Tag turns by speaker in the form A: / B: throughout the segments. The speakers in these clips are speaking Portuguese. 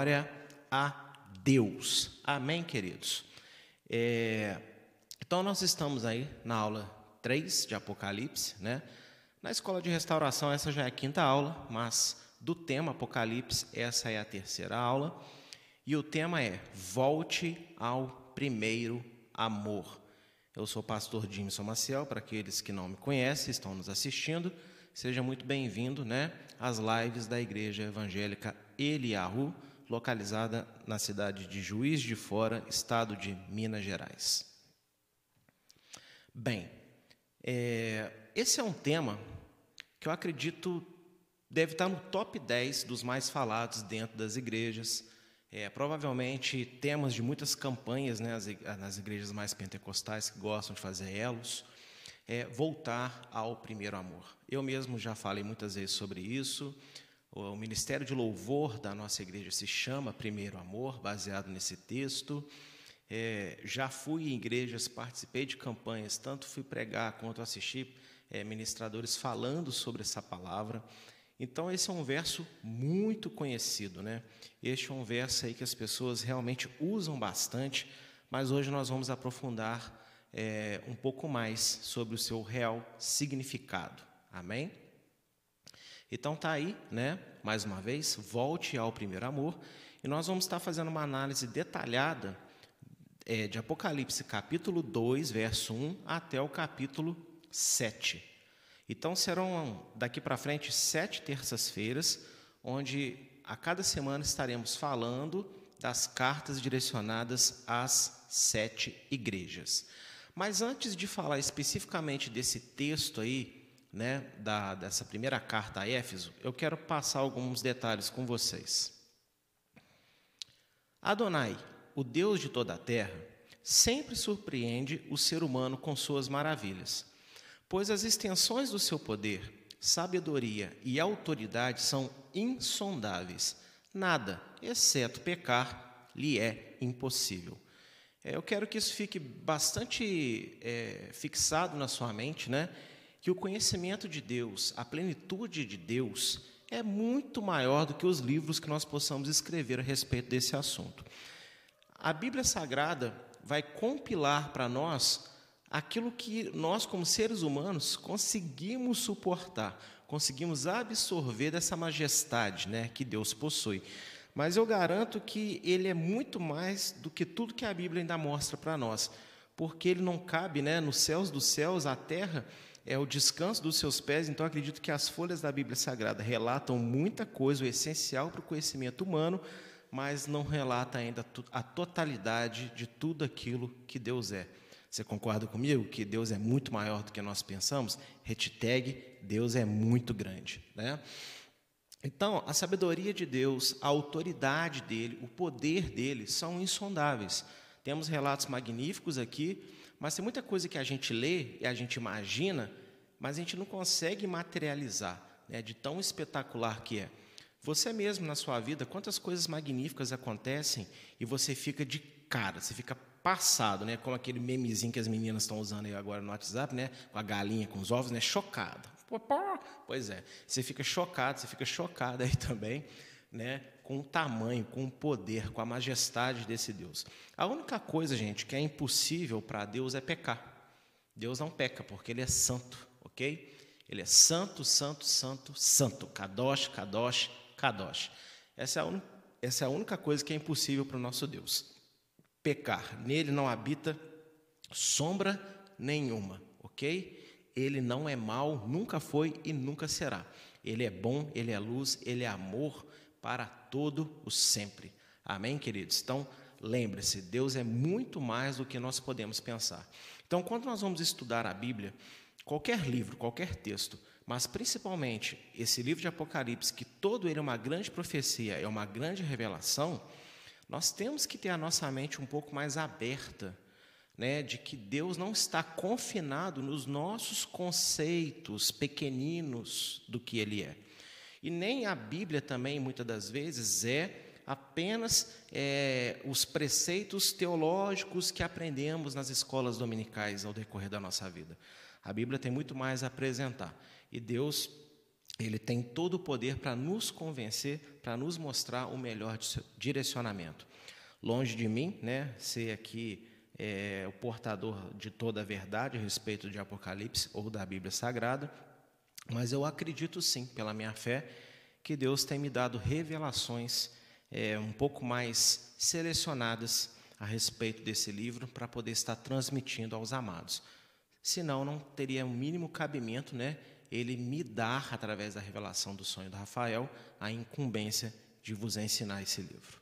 A: Glória a Deus. Amém, queridos? Então, nós estamos aí na aula 3 de Apocalipse, né? Na escola de restauração, essa já é a 5ª aula, mas do tema Apocalipse, essa é a 3ª aula. E o tema é Volte ao Primeiro Amor. Eu sou o pastor Jimson Maciel, para aqueles que não me conhecem, estão nos assistindo, seja muito bem-vindo, né, às lives da Igreja Evangélica Eliahu, localizada na cidade de Juiz de Fora, estado de Minas Gerais. Bem, esse é um tema que eu acredito deve estar no top 10 dos mais falados dentro das igrejas. Provavelmente temas de muitas campanhas, né, nas igrejas mais pentecostais que gostam de fazer elos, voltar ao primeiro amor. Eu mesmo já falei muitas vezes sobre isso. O Ministério de Louvor da nossa igreja se chama Primeiro Amor, baseado nesse texto. Já fui em igrejas, participei de campanhas, tanto fui pregar quanto assisti ministradores falando sobre essa palavra. Então, esse é um verso muito conhecido, né? Este é um verso aí que as pessoas realmente usam bastante, mas hoje nós vamos aprofundar um pouco mais sobre o seu real significado. Amém? Então, tá aí, né? Mais uma vez, volte ao primeiro amor, e nós vamos estar fazendo uma análise detalhada de Apocalipse, capítulo 2, verso 1, até o capítulo 7. Então, serão daqui para frente 7 terças-feiras, onde a cada semana estaremos falando das cartas direcionadas às 7 igrejas. Mas antes de falar especificamente desse texto aí, né, dessa primeira carta a Éfeso, eu quero passar alguns detalhes com vocês. Adonai, o Deus de toda a terra, sempre surpreende o ser humano com suas maravilhas, pois as extensões do seu poder, sabedoria e autoridade são insondáveis. Nada, exceto pecar, lhe é impossível. Eu quero que isso fique bastante fixado na sua mente, né? Que o conhecimento de Deus, a plenitude de Deus, é muito maior do que os livros que nós possamos escrever a respeito desse assunto. A Bíblia Sagrada vai compilar para nós aquilo que nós, como seres humanos, conseguimos suportar, conseguimos absorver dessa majestade, né, que Deus possui. Mas eu garanto que Ele é muito mais do que tudo que a Bíblia ainda mostra para nós, porque Ele não cabe, né, nos céus dos céus, a terra é o descanso dos seus pés. Então, acredito que as folhas da Bíblia Sagrada relatam muita coisa, o essencial para o conhecimento humano, mas não relata ainda a totalidade de tudo aquilo que Deus é. Você concorda comigo que Deus é muito maior do que nós pensamos? Hashtag Deus é muito grande, né? Então, a sabedoria de Deus, a autoridade dEle, o poder dEle são insondáveis. Temos relatos magníficos aqui, mas tem muita coisa que a gente lê e a gente imagina, mas a gente não consegue materializar, né, de tão espetacular que é. Você mesmo, na sua vida, quantas coisas magníficas acontecem e você fica de cara, você fica passado, né? Como aquele memezinho que as meninas estão usando aí agora no WhatsApp, né? Com a galinha, com os ovos, né? Chocada. Pois é, você fica chocado, você fica chocada aí também, né? Com o tamanho, com o poder, com a majestade desse Deus. A única coisa, gente, que é impossível para Deus é pecar. Deus não peca, porque Ele é santo, ok? Ele é santo, santo, santo, santo. Kadosh, Kadosh, Kadosh. Essa é a única coisa que é impossível para o nosso Deus. Pecar. Nele não habita sombra nenhuma, ok? Ele não é mau, nunca foi e nunca será. Ele é bom, Ele é luz, Ele é amor para todo o sempre. Amém, queridos? Então, lembre-se, Deus é muito mais do que nós podemos pensar. Então, quando nós vamos estudar a Bíblia, qualquer livro, qualquer texto, mas principalmente esse livro de Apocalipse, que todo ele é uma grande profecia, é uma grande revelação, nós temos que ter a nossa mente um pouco mais aberta, né, de que Deus não está confinado nos nossos conceitos pequeninos do que Ele é. E nem a Bíblia também, muitas das vezes, é apenas os preceitos teológicos que aprendemos nas escolas dominicais ao decorrer da nossa vida. A Bíblia tem muito mais a apresentar. E Deus, Ele tem todo o poder para nos convencer, para nos mostrar o melhor direcionamento. Longe de mim, né, ser aqui o portador de toda a verdade a respeito de Apocalipse ou da Bíblia Sagrada, mas eu acredito sim, pela minha fé, que Deus tem me dado revelações um pouco mais selecionadas a respeito desse livro para poder estar transmitindo aos amados. Senão, não teria o mínimo cabimento, né, ele me dar, através da revelação do sonho do Rafael, a incumbência de vos ensinar esse livro.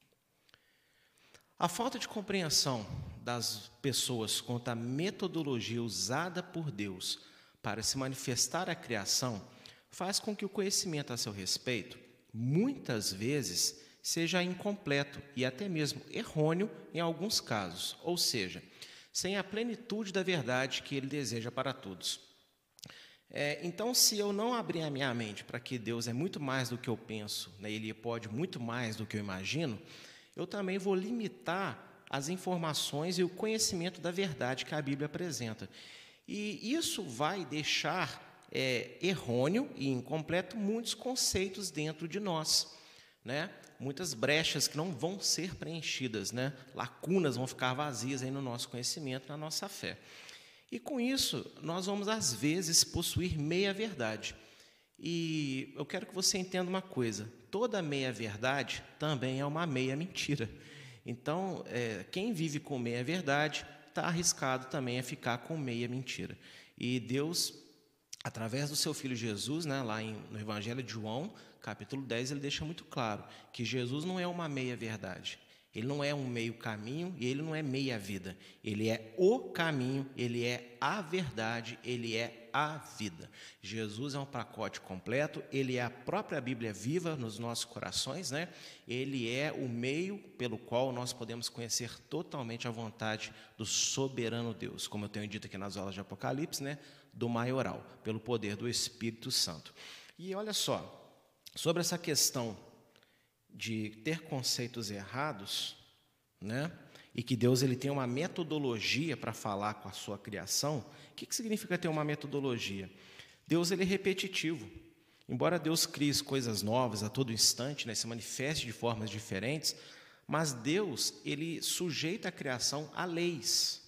A: A falta de compreensão das pessoas quanto à metodologia usada por Deus para se manifestar a criação faz com que o conhecimento a seu respeito, muitas vezes, seja incompleto e até mesmo errôneo em alguns casos, ou seja, sem a plenitude da verdade que ele deseja para todos. Então, se eu não abrir a minha mente para que Deus é muito mais do que eu penso, né, Ele pode muito mais do que eu imagino, eu também vou limitar as informações e o conhecimento da verdade que a Bíblia apresenta. E isso vai deixar errôneo e incompleto muitos conceitos dentro de nós, né? Muitas brechas que não vão ser preenchidas, né? Lacunas vão ficar vazias aí no nosso conhecimento, na nossa fé. E com isso, nós vamos, às vezes, possuir meia-verdade. E eu quero que você entenda uma coisa: toda meia-verdade também é uma meia-mentira. Então, quem vive com meia-verdade está arriscado também a ficar com meia-mentira. E Deus, através do seu Filho Jesus, né, lá no Evangelho de João, capítulo 10, ele deixa muito claro que Jesus não é uma meia-verdade. Ele não é um meio caminho e ele não é meia vida. Ele é o caminho, ele é a verdade, ele é a vida. Jesus é um pacote completo, ele é a própria Bíblia viva nos nossos corações, né? Ele é o meio pelo qual nós podemos conhecer totalmente a vontade do soberano Deus, como eu tenho dito aqui nas aulas de Apocalipse, né? Do maioral, pelo poder do Espírito Santo. E olha só, sobre essa questão de ter conceitos errados, né? E que Deus ele tem uma metodologia para falar com a sua criação. O que significa ter uma metodologia? Deus ele é repetitivo. Embora Deus crie coisas novas a todo instante, né, se manifeste de formas diferentes, mas Deus ele sujeita a criação a leis,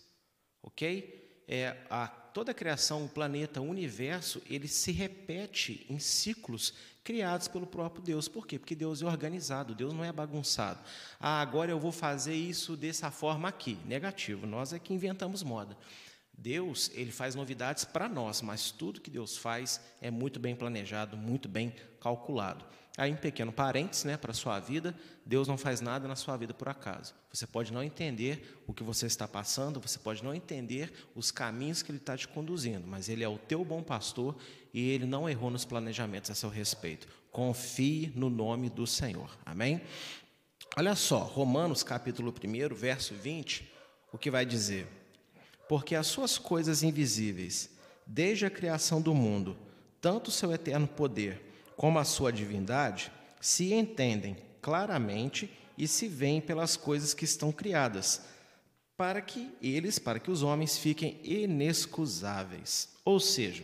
A: ok? Toda a criação, o planeta, o universo, ele se repete em ciclos criados pelo próprio Deus. Por quê? Porque Deus é organizado, Deus não é bagunçado. Agora eu vou fazer isso dessa forma aqui. Negativo, nós é que inventamos moda. Deus, ele faz novidades para nós, mas tudo que Deus faz é muito bem planejado, muito bem calculado. Aí, um pequeno parênteses, né, para a sua vida: Deus não faz nada na sua vida por acaso. Você pode não entender o que você está passando, você pode não entender os caminhos que Ele está te conduzindo, mas Ele é o teu bom pastor e Ele não errou nos planejamentos a seu respeito. Confie no nome do Senhor. Amém? Olha só, Romanos capítulo 1, verso 20, o que vai dizer: porque as suas coisas invisíveis, desde a criação do mundo, tanto o seu eterno poder como a sua divindade, se entendem claramente e se veem pelas coisas que estão criadas, para que os homens fiquem inexcusáveis. Ou seja,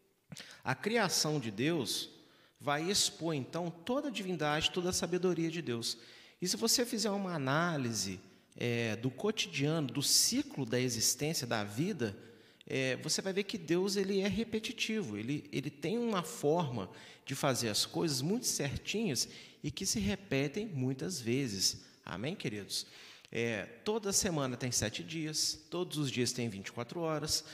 A: a criação de Deus vai expor, então, toda a divindade, toda a sabedoria de Deus. E se você fizer uma análise do cotidiano, do ciclo da existência, da vida, você vai ver que Deus ele é repetitivo, ele tem uma forma de fazer as coisas muito certinhas e que se repetem muitas vezes. Amém, queridos? Toda semana tem 7 dias, todos os dias tem 24 horas,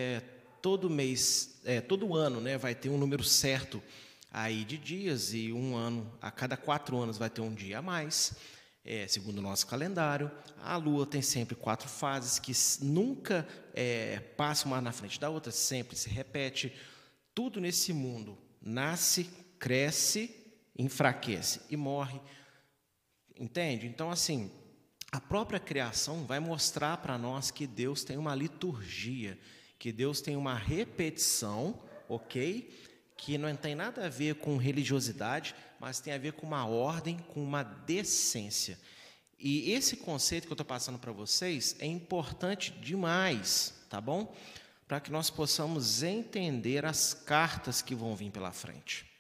A: todo mês, todo ano, né, vai ter um número certo aí de dias, e um ano, a cada 4 anos vai ter um dia a mais, segundo o nosso calendário. A Lua tem sempre 4 fases que nunca passam uma na frente da outra, sempre se repete. Tudo nesse mundo nasce, cresce, enfraquece e morre. Entende? Então, assim, a própria criação vai mostrar para nós que Deus tem uma liturgia, que Deus tem uma repetição, ok? Que não tem nada a ver com religiosidade, mas tem a ver com uma ordem, com uma decência. E esse conceito que eu estou passando para vocês é importante demais, tá bom? Para que nós possamos entender as cartas que vão vir pela frente.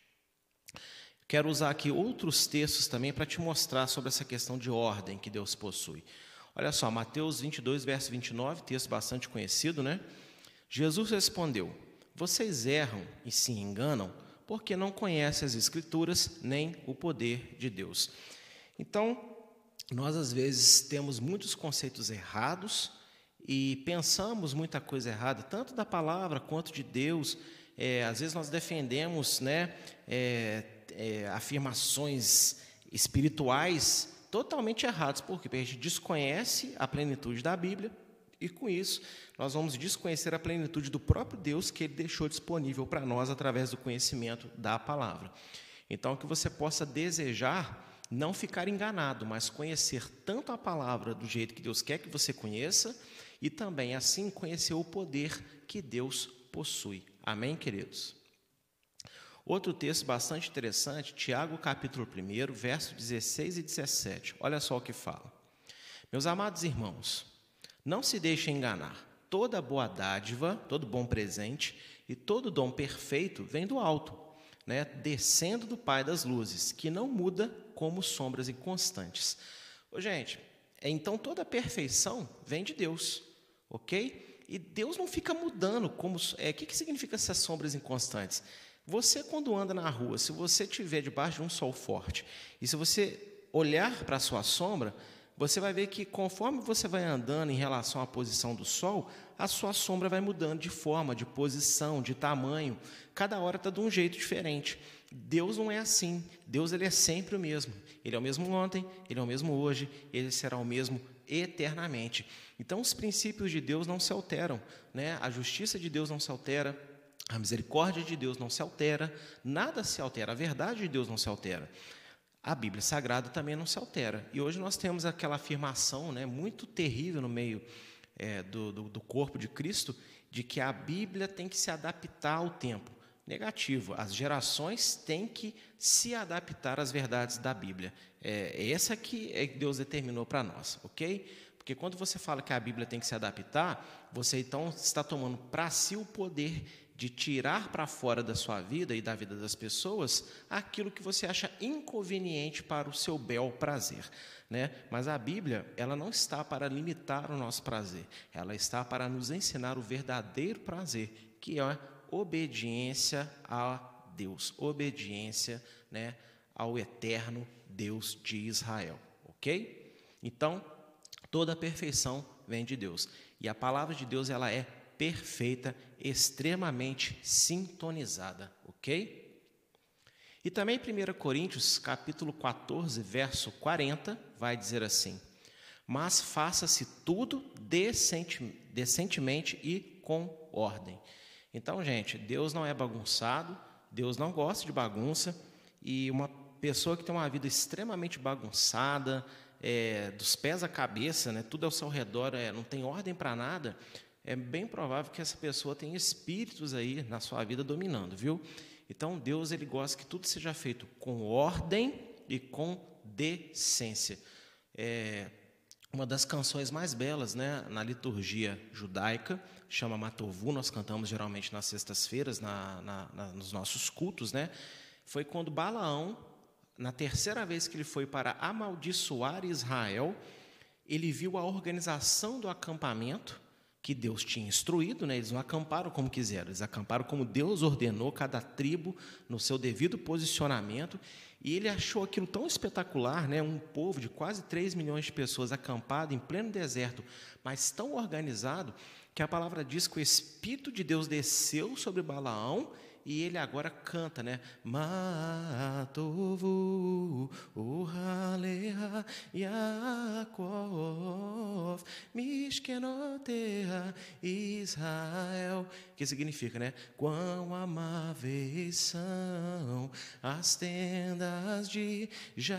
A: Quero usar aqui outros textos também para te mostrar sobre essa questão de ordem que Deus possui. Olha só, Mateus 22, verso 29, texto bastante conhecido, né? Jesus respondeu: vocês erram e se enganam porque não conhecem as Escrituras nem o poder de Deus. Então, nós às vezes temos muitos conceitos errados e pensamos muita coisa errada, tanto da palavra quanto de Deus. Às vezes nós defendemos, né, afirmações espirituais totalmente erradas. Por quê? Porque a gente desconhece a plenitude da Bíblia e, com isso, nós vamos desconhecer a plenitude do próprio Deus que Ele deixou disponível para nós através do conhecimento da palavra. Então, que você possa desejar não ficar enganado, mas conhecer tanto a palavra do jeito que Deus quer que você conheça e também, assim, conhecer o poder que Deus possui. Amém, queridos? Outro texto bastante interessante, Tiago, capítulo 1, versos 16 e 17. Olha só o que fala. Meus amados irmãos, não se deixem enganar. Toda boa dádiva, todo bom presente e todo dom perfeito vem do alto, né, descendo do Pai das luzes, que não muda como sombras inconstantes. Gente, então toda perfeição vem de Deus, ok? E Deus não fica mudando. O que significa essas sombras inconstantes? Você, quando anda na rua, se você estiver debaixo de um sol forte, e se você olhar para a sua sombra, você vai ver que conforme você vai andando em relação à posição do sol, a sua sombra vai mudando de forma, de posição, de tamanho. Cada hora está de um jeito diferente. Deus não é assim. Deus, ele é sempre o mesmo. Ele é o mesmo ontem, ele é o mesmo hoje, ele será o mesmo eternamente. Então, os princípios de Deus não se alteram, né? A justiça de Deus não se altera, a misericórdia de Deus não se altera, nada se altera, a verdade de Deus não se altera. A Bíblia Sagrada também não se altera. E hoje nós temos aquela afirmação, né, muito terrível no meio do corpo de Cristo, de que a Bíblia tem que se adaptar ao tempo. Negativo, as gerações têm que se adaptar às verdades da Bíblia. Essa que Deus determinou para nós, ok? Porque quando você fala que a Bíblia tem que se adaptar, você então está tomando para si o poder de tirar para fora da sua vida e da vida das pessoas aquilo que você acha inconveniente para o seu bel prazer, né? Mas a Bíblia, ela não está para limitar o nosso prazer, ela está para nos ensinar o verdadeiro prazer, que é a obediência a Deus, obediência, né, ao eterno Deus de Israel, ok? Então, toda a perfeição vem de Deus, e a palavra de Deus, ela é perfeita, extremamente sintonizada, ok? E também 1 Coríntios, capítulo 14, verso 40, vai dizer assim: mas faça-se tudo decentemente e com ordem. Então, gente, Deus não é bagunçado, Deus não gosta de bagunça, e uma pessoa que tem uma vida extremamente bagunçada, dos pés à cabeça, né, tudo ao seu redor, não tem ordem para nada, é bem provável que essa pessoa tenha espíritos aí na sua vida dominando, viu? Então, Deus, ele gosta que tudo seja feito com ordem e com decência. Uma das canções mais belas, né, na liturgia judaica, chama Matovu, nós cantamos geralmente nas sextas-feiras, nos nossos cultos, né? Foi quando Balaão, na terceira vez que ele foi para amaldiçoar Israel, ele viu a organização do acampamento que Deus tinha instruído, né? Eles não acamparam como quiseram, eles acamparam como Deus ordenou, cada tribo no seu devido posicionamento, e ele achou aquilo tão espetacular, né? Um povo de quase 3 milhões de pessoas acampado em pleno deserto, mas tão organizado, que a palavra diz que o Espírito de Deus desceu sobre Balaão, e ele agora canta, né? Matovu, Uhaleha, Yaakov, Mishkenoteha, Israel. Que significa, né? Quão amáveis são as tendas de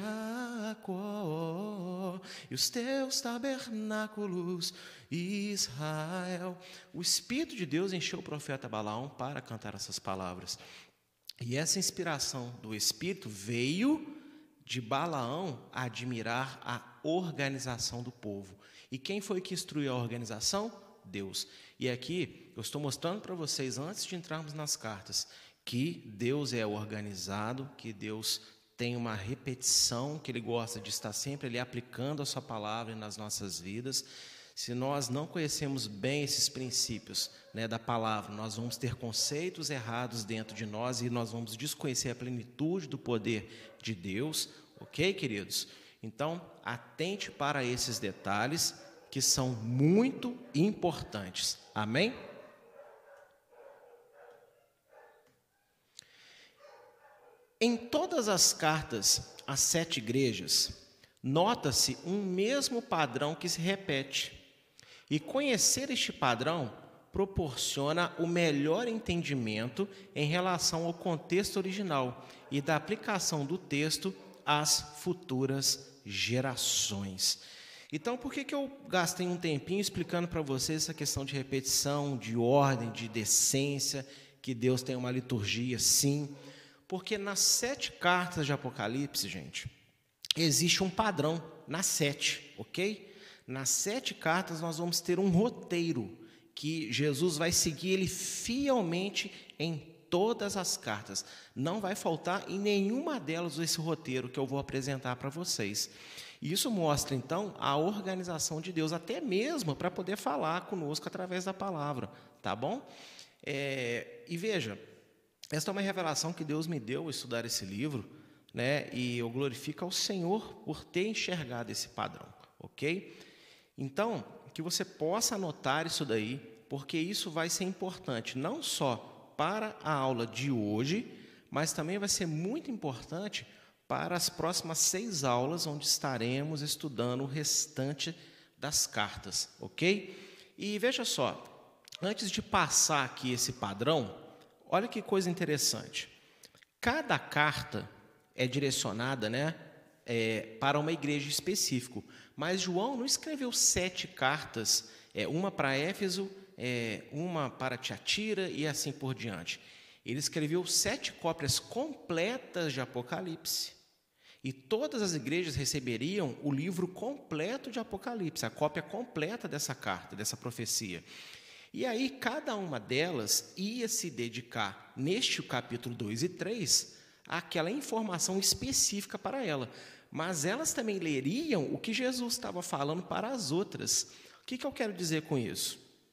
A: Jacó e os teus tabernáculos, Israel. O Espírito de Deus encheu o profeta Balaão para cantar essas palavras. E essa inspiração do Espírito veio de Balaão admirar a organização do povo. E quem foi que instruiu a organização? Deus. E aqui eu estou mostrando para vocês, antes de entrarmos nas cartas, que Deus é organizado, que Deus tem uma repetição, que Ele gosta de estar sempre ali aplicando a sua palavra nas nossas vidas. Se nós não conhecemos bem esses princípios, né, da palavra, nós vamos ter conceitos errados dentro de nós e nós vamos desconhecer a plenitude do poder de Deus, ok, queridos? Então, atente para esses detalhes que são muito importantes. Amém? Em todas as cartas às 7 igrejas, nota-se um mesmo padrão que se repete. E conhecer este padrão proporciona o melhor entendimento em relação ao contexto original e da aplicação do texto às futuras gerações. Então, por que eu gastei um tempinho explicando para vocês essa questão de repetição, de ordem, de decência, que Deus tem uma liturgia, sim? Porque nas 7 cartas de Apocalipse, gente, existe um padrão nas 7, ok? Nas 7 cartas nós vamos ter um roteiro que Jesus vai seguir ele fielmente em todas as cartas. Não vai faltar em nenhuma delas esse roteiro que eu vou apresentar para vocês. E isso mostra, então, a organização de Deus, até mesmo para poder falar conosco através da palavra, tá bom? E veja, esta é uma revelação que Deus me deu ao estudar esse livro, né? E eu glorifico ao Senhor por ter enxergado esse padrão, ok? Então, que você possa anotar isso daí, porque isso vai ser importante, não só para a aula de hoje, mas também vai ser muito importante para as próximas 6 aulas, onde estaremos estudando o restante das cartas, ok? E veja só, antes de passar aqui esse padrão, olha que coisa interessante. Cada carta é direcionada, né, para uma igreja específica. Mas João não escreveu 7 cartas, uma para Éfeso, uma para Tiatira e assim por diante. Ele escreveu 7 cópias completas de Apocalipse. E todas as igrejas receberiam o livro completo de Apocalipse, a cópia completa dessa carta, dessa profecia. E aí, cada uma delas ia se dedicar, neste capítulo 2 e 3, àquela informação específica para ela. Mas elas também leriam o que Jesus estava falando para as outras. O que eu quero dizer com isso?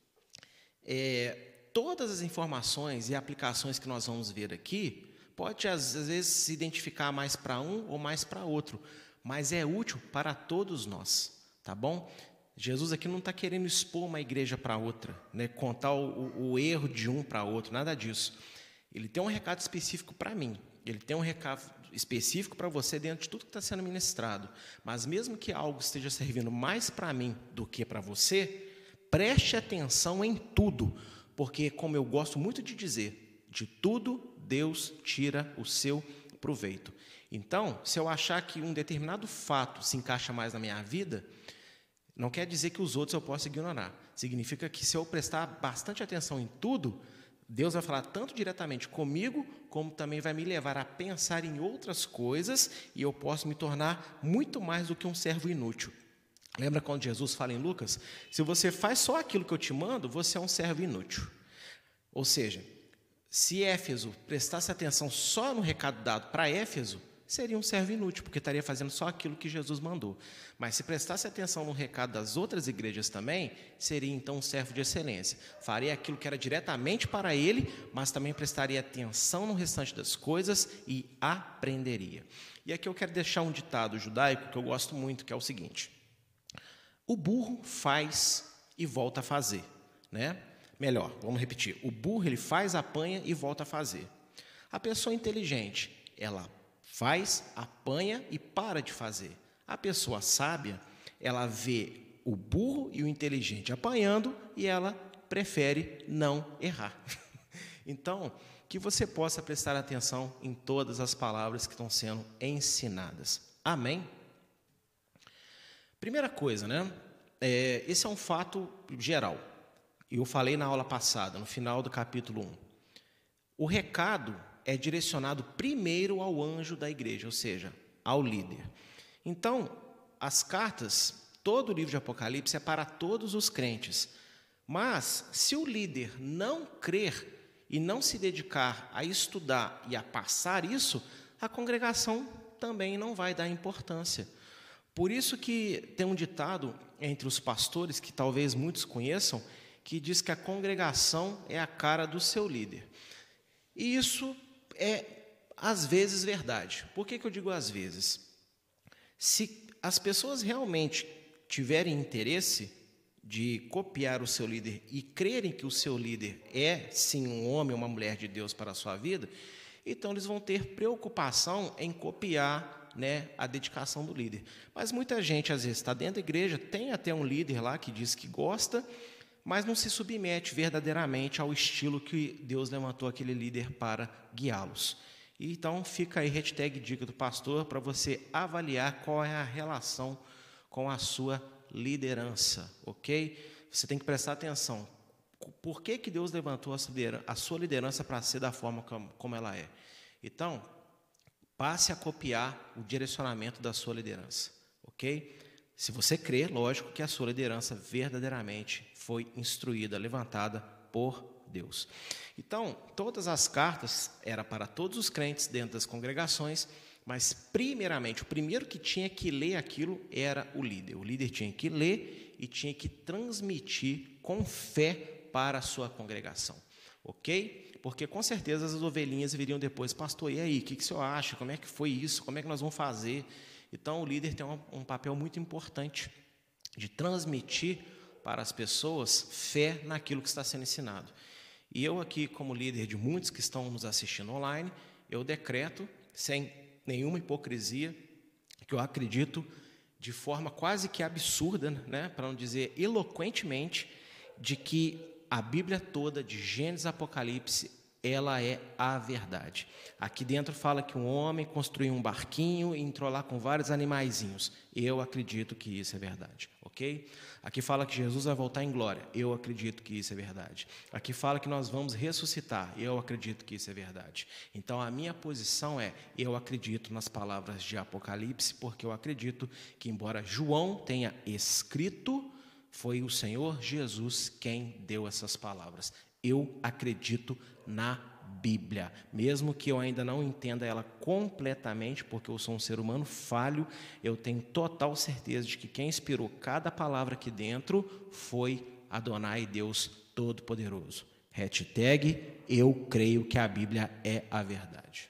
A: Todas as informações e aplicações que nós vamos ver aqui, pode às vezes se identificar mais para um ou mais para outro, mas é útil para todos nós, tá bom? Jesus aqui não está querendo expor uma igreja para outra, né? Contar o erro de um para outro, nada disso. Ele tem um recado específico para mim, ele tem um recado específico para você dentro de tudo que está sendo ministrado. Mas mesmo que algo esteja servindo mais para mim do que para você, preste atenção em tudo, porque, como eu gosto muito de dizer, de tudo Deus tira o seu proveito. Então, se eu achar que um determinado fato se encaixa mais na minha vida, não quer dizer que os outros eu possa ignorar. Significa que se eu prestar bastante atenção em tudo, Deus vai falar tanto diretamente comigo, como também vai me levar a pensar em outras coisas, e eu posso me tornar muito mais do que um servo inútil. Lembra quando Jesus fala em Lucas? Se você faz só aquilo que eu te mando, você é um servo inútil. Ou seja, se Éfeso prestasse atenção só no recado dado para Éfeso, seria um servo inútil, porque estaria fazendo só aquilo que Jesus mandou. Mas se prestasse atenção no recado das outras igrejas também, seria então um servo de excelência. Faria aquilo que era diretamente para ele, mas também prestaria atenção no restante das coisas e aprenderia. E aqui eu quero deixar um ditado judaico que eu gosto muito, que é o seguinte: o burro faz e volta a fazer, né? Melhor, vamos repetir. O burro, ele faz, apanha e volta a fazer. A pessoa inteligente, ela faz, apanha e para de fazer. A pessoa sábia, ela vê o burro e o inteligente apanhando e ela prefere não errar. Então, que você possa prestar atenção em todas as palavras que estão sendo ensinadas. Amém? Primeira coisa, né? Esse é um fato geral. Eu falei na aula passada, no final do capítulo 1. O recado é direcionado primeiro ao anjo da igreja, ou seja, ao líder. Então, as cartas, todo o livro de Apocalipse é para todos os crentes. Mas, se o líder não crer e não se dedicar a estudar e a passar isso, a congregação também não vai dar importância. Por isso que tem um ditado entre os pastores, que talvez muitos conheçam, que diz que a congregação é a cara do seu líder. E isso é, às vezes, verdade. Por que eu digo às vezes? Se as pessoas realmente tiverem interesse de copiar o seu líder e crerem que o seu líder é, sim, um homem ou uma mulher de Deus para a sua vida, então eles vão ter preocupação em copiar, né, a dedicação do líder. Mas muita gente, às vezes, está dentro da igreja, tem até um líder lá que diz que gosta, mas não se submete verdadeiramente ao estilo que Deus levantou aquele líder para guiá-los. E então fica aí hashtag dica do pastor para você avaliar qual é a relação com a sua liderança, ok? Você tem que prestar atenção. Por que Deus levantou a sua liderança para ser da forma como ela é? Então, passe a copiar o direcionamento da sua liderança, ok? Se você crê, lógico que a sua liderança verdadeiramente foi instruída, levantada por Deus. Então, todas as cartas eram para todos os crentes dentro das congregações, mas primeiramente, o primeiro que tinha que ler aquilo era o líder. O líder tinha que ler e tinha que transmitir com fé para a sua congregação, ok? Porque com certeza as ovelhinhas viriam depois, pastor, e aí, o que o senhor acha? Como é que foi isso? Como é que nós vamos fazer? Então, o líder tem um papel muito importante de transmitir para as pessoas fé naquilo que está sendo ensinado. E eu aqui, como líder de muitos que estão nos assistindo online, eu decreto, sem nenhuma hipocrisia, que eu acredito de forma quase que absurda, né, para não dizer eloquentemente, de que a Bíblia toda, de Gênesis a Apocalipse, ela é a verdade. Aqui dentro fala que um homem construiu um barquinho e entrou lá com vários animaizinhos. Eu acredito que isso é verdade, ok? Aqui fala que Jesus vai voltar em glória. Eu acredito que isso é verdade. Aqui fala que nós vamos ressuscitar. Eu acredito que isso é verdade. Então, a minha posição é, eu acredito nas palavras de Apocalipse, porque eu acredito que, embora João tenha escrito, foi o Senhor Jesus quem deu essas palavras. Eu acredito na Bíblia, mesmo que eu ainda não entenda ela completamente, porque eu sou um ser humano falho, eu tenho total certeza de que quem inspirou cada palavra aqui dentro foi Adonai, Deus Todo-Poderoso. Hashtag, eu creio que a Bíblia é a verdade.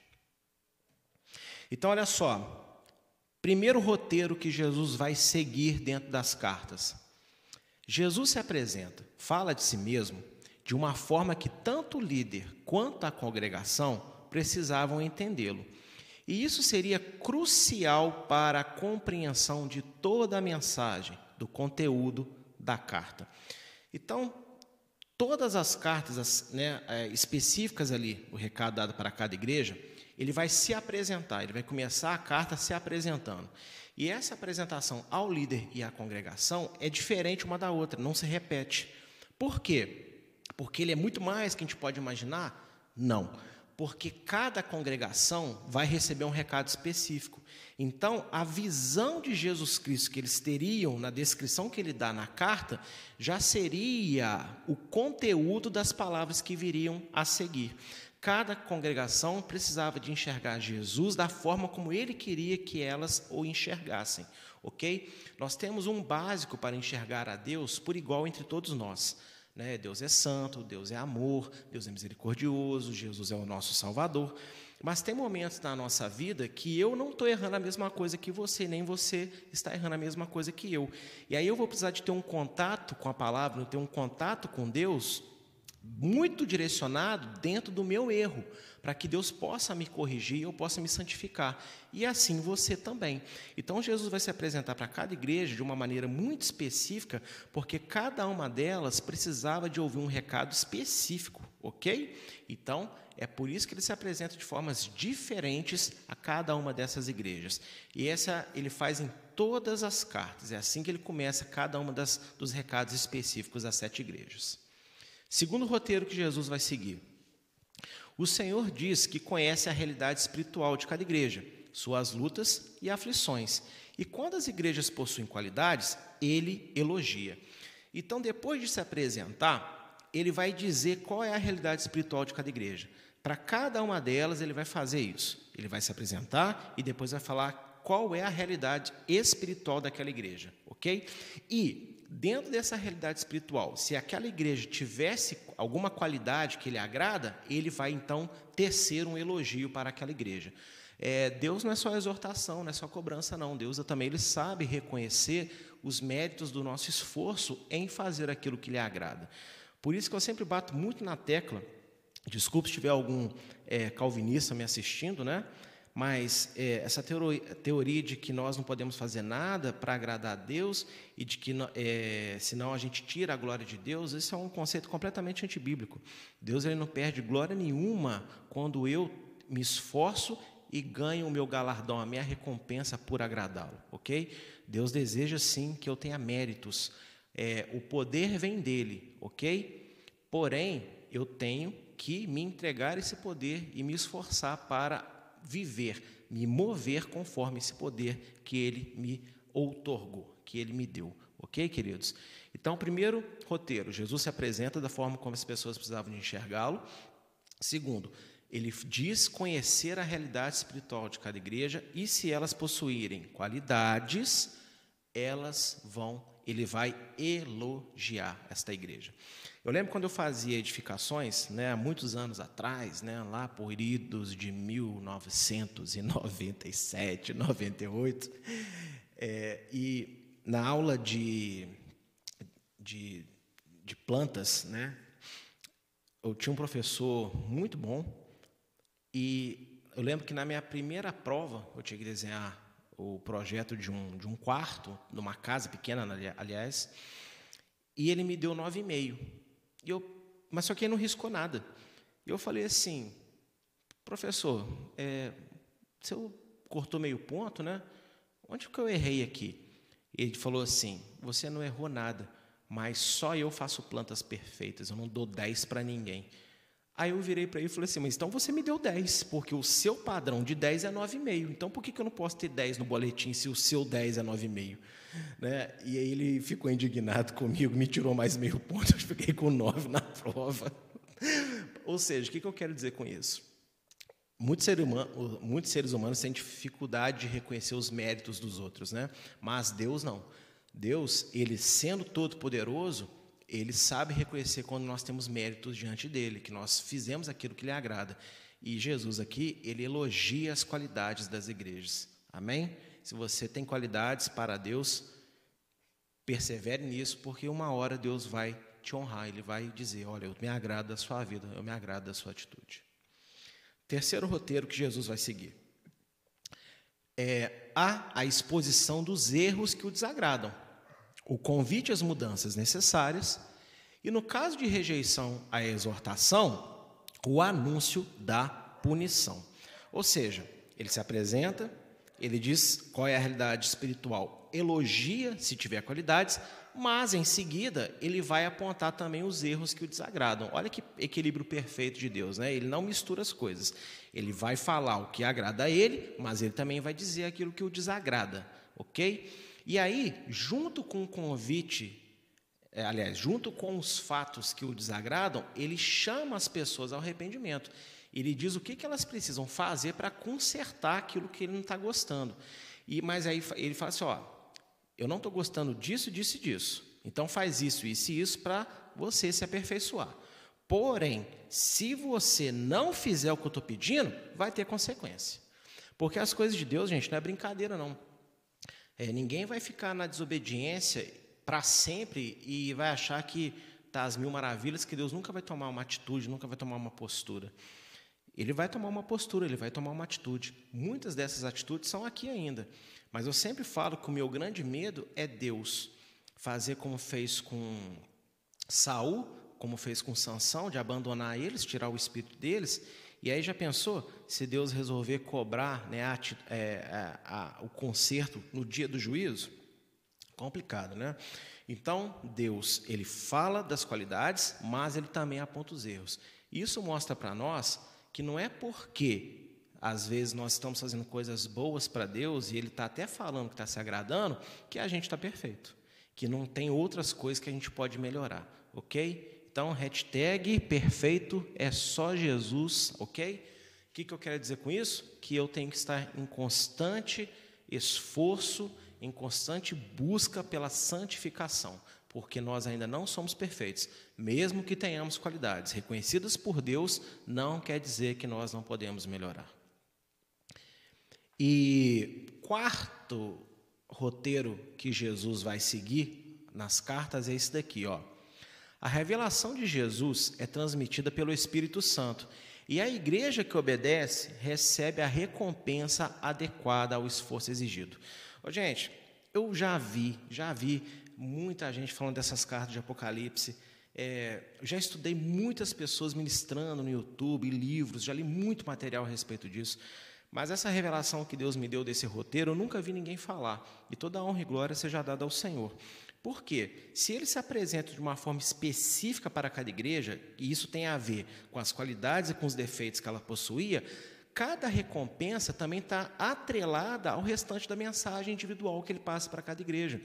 A: Então, olha só, primeiro roteiro que Jesus vai seguir dentro das cartas. Jesus se apresenta, fala de si mesmo, de uma forma que tanto o líder quanto a congregação precisavam entendê-lo. E isso seria crucial para a compreensão de toda a mensagem, do conteúdo da carta. Então, todas as cartas específicas ali, o recado dado para cada igreja, ele vai se apresentar, ele vai começar a carta se apresentando. E essa apresentação ao líder e à congregação é diferente uma da outra, não se repete. Por quê? Porque ele é muito mais que a gente pode imaginar? Não, porque cada congregação vai receber um recado específico. Então, a visão de Jesus Cristo que eles teriam na descrição que ele dá na carta, já seria o conteúdo das palavras que viriam a seguir. Cada congregação precisava de enxergar Jesus da forma como ele queria que elas o enxergassem, ok? Nós temos um básico para enxergar a Deus por igual entre todos nós. Deus é santo, Deus é amor, Deus é misericordioso, Jesus é o nosso Salvador. Mas tem momentos na nossa vida que eu não estou errando a mesma coisa que você, nem você está errando a mesma coisa que eu. E aí eu vou precisar de ter um contato com a palavra, ter um contato com Deus muito direcionado dentro do meu erro, para que Deus possa me corrigir e eu possa me santificar. E assim você também. Então, Jesus vai se apresentar para cada igreja de uma maneira muito específica, porque cada uma delas precisava de ouvir um recado específico, ok? Então, é por isso que ele se apresenta de formas diferentes a cada uma dessas igrejas. E essa ele faz em todas as cartas. É assim que ele começa cada uma dos recados específicos às 7 igrejas. Segundo roteiro que Jesus vai seguir. O Senhor diz que conhece a realidade espiritual de cada igreja, suas lutas e aflições. E quando as igrejas possuem qualidades, ele elogia. Então, depois de se apresentar, ele vai dizer qual é a realidade espiritual de cada igreja. Para cada uma delas, ele vai fazer isso. Ele vai se apresentar e depois vai falar qual é a realidade espiritual daquela igreja, ok? E, dentro dessa realidade espiritual, se aquela igreja tivesse alguma qualidade que ele agrada, ele vai, então, tecer um elogio para aquela igreja. Deus não é só exortação, não é só cobrança, não. Deus também ele sabe reconhecer os méritos do nosso esforço em fazer aquilo que lhe agrada. Por isso que eu sempre bato muito na tecla, desculpe se tiver algum calvinista me assistindo, né? Mas essa teoria de que nós não podemos fazer nada para agradar a Deus e de que senão a gente tira a glória de Deus, isso é um conceito completamente antibíblico. Deus ele não perde glória nenhuma quando eu me esforço e ganho o meu galardão, a minha recompensa por agradá-lo, ok? Deus deseja sim que eu tenha méritos. O poder vem dele, ok? Porém, eu tenho que me entregar esse poder e me esforçar para viver, me mover conforme esse poder que ele me outorgou, que ele me deu. Ok, queridos? Então, primeiro roteiro, Jesus se apresenta da forma como as pessoas precisavam de enxergá-lo. Segundo, ele diz conhecer a realidade espiritual de cada igreja e se elas possuírem qualidades, ele vai elogiar esta igreja. Eu lembro quando eu fazia edificações, né, há muitos anos atrás, né, lá por idos de 1997, 98, e na aula de plantas, né, eu tinha um professor muito bom e eu lembro que na minha primeira prova eu tinha que desenhar o projeto de um quarto, de uma casa pequena, aliás, e ele me deu 9,5. Mas só que ele não riscou nada. E eu falei assim, professor, o senhor cortou meio ponto, né? Onde que eu errei aqui? Ele falou assim, você não errou nada, mas só eu faço plantas perfeitas, eu não dou 10 para ninguém. Aí eu virei para ele e falei assim, mas então você me deu 10, porque o seu padrão de 10 é 9,5. Então por que eu não posso ter 10 no boletim se o seu 10 é 9,5? Né? E aí ele ficou indignado comigo, me tirou mais meio ponto, eu fiquei com 9 na prova. Ou seja, o que eu quero dizer com isso? Muitos seres humanos têm dificuldade de reconhecer os méritos dos outros, né? Mas Deus não. Deus, ele sendo todo-poderoso, ele sabe reconhecer quando nós temos méritos diante dele, que nós fizemos aquilo que lhe agrada. E Jesus aqui, ele elogia as qualidades das igrejas. Amém? Se você tem qualidades para Deus, persevere nisso, porque uma hora Deus vai te honrar, ele vai dizer, olha, eu me agrado da sua vida, eu me agrado da sua atitude. Terceiro roteiro que Jesus vai seguir. A exposição dos erros que o desagradam, o convite às mudanças necessárias e, no caso de rejeição à exortação, o anúncio da punição. Ou seja, ele se apresenta, ele diz qual é a realidade espiritual, elogia se tiver qualidades, mas em seguida ele vai apontar também os erros que o desagradam. Olha que equilíbrio perfeito de Deus, né? Ele não mistura as coisas. Ele vai falar o que agrada a ele, mas ele também vai dizer aquilo que o desagrada, ok? E aí, junto com o convite, junto com os fatos que o desagradam, ele chama as pessoas ao arrependimento. Ele diz o que elas precisam fazer para consertar aquilo que ele não está gostando. Mas aí ele fala assim, eu não estou gostando disso, disso e disso. Então faz isso, isso e isso para você se aperfeiçoar. Porém, se você não fizer o que eu estou pedindo, vai ter consequência. Porque as coisas de Deus, gente, não é brincadeira, não. Ninguém vai ficar na desobediência para sempre e vai achar que está às mil maravilhas, que Deus nunca vai tomar uma atitude, nunca vai tomar uma postura. Ele vai tomar uma postura, ele vai tomar uma atitude. Muitas dessas atitudes são aqui ainda. Mas eu sempre falo que o meu grande medo é Deus fazer como fez com Saul, como fez com Sansão, de abandonar eles, tirar o espírito deles. E aí já pensou, se Deus resolver cobrar, né, o conserto no dia do juízo? Complicado, né? Então, Deus, ele fala das qualidades, mas ele também aponta os erros. Isso mostra para nós que não é porque, às vezes, nós estamos fazendo coisas boas para Deus, e ele está até falando que está se agradando, que a gente está perfeito, que não tem outras coisas que a gente pode melhorar, ok? Então, hashtag perfeito é só Jesus, ok? O que eu quero dizer com isso? Que eu tenho que estar em constante esforço, em constante busca pela santificação, porque nós ainda não somos perfeitos. Mesmo que tenhamos qualidades reconhecidas por Deus, não quer dizer que nós não podemos melhorar. E quarto roteiro que Jesus vai seguir nas cartas é esse daqui, ó. A revelação de Jesus é transmitida pelo Espírito Santo, e a igreja que obedece recebe a recompensa adequada ao esforço exigido. Ô, gente, eu já vi muita gente falando dessas cartas de Apocalipse. Já estudei muitas pessoas ministrando no YouTube, livros, já li muito material a respeito disso. Mas essa revelação que Deus me deu desse roteiro, eu nunca vi ninguém falar. E toda a honra e glória seja dada ao Senhor. Por quê? Se ele se apresenta de uma forma específica para cada igreja, e isso tem a ver com as qualidades e com os defeitos que ela possuía, cada recompensa também está atrelada ao restante da mensagem individual que ele passa para cada igreja.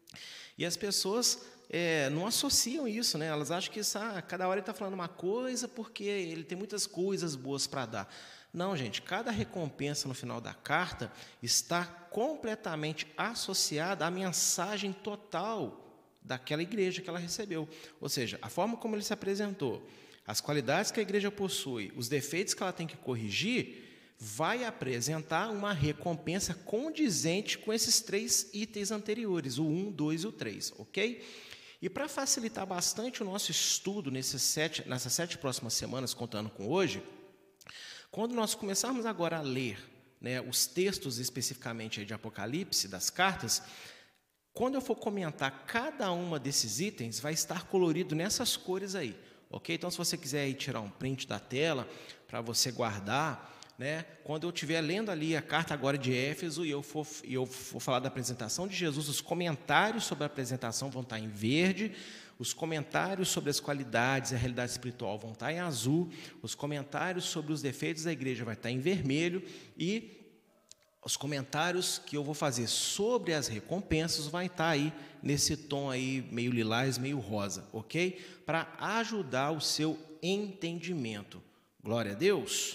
A: E as pessoas não associam isso, né? Elas acham que cada hora ele está falando uma coisa porque ele tem muitas coisas boas para dar. Não, gente, cada recompensa no final da carta está completamente associada à mensagem total daquela igreja que ela recebeu. Ou seja, a forma como ele se apresentou, as qualidades que a igreja possui, os defeitos que ela tem que corrigir, vai apresentar uma recompensa condizente com esses 3 itens anteriores, o 1, 2 e o 3, ok? E para facilitar bastante o nosso estudo nessas 7 próximas semanas, contando com hoje, quando nós começarmos agora a ler, né, os textos especificamente aí de Apocalipse, das cartas, quando eu for comentar cada uma desses itens, vai estar colorido nessas cores aí, ok? Então, se você quiser aí tirar um print da tela para você guardar, né, quando eu estiver lendo ali a carta agora de Éfeso e eu for falar da apresentação de Jesus, os comentários sobre a apresentação vão estar em verde, os comentários sobre as qualidades e a realidade espiritual vão estar em azul, os comentários sobre os defeitos da igreja vai estar em vermelho e os comentários que eu vou fazer sobre as recompensas vai estar aí nesse tom aí meio lilás, meio rosa, ok? Para ajudar o seu entendimento. Glória a Deus.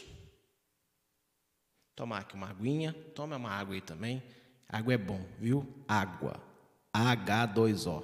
A: Tomar aqui uma aguinha, toma uma água aí também. Água é bom, viu? Água. H2O.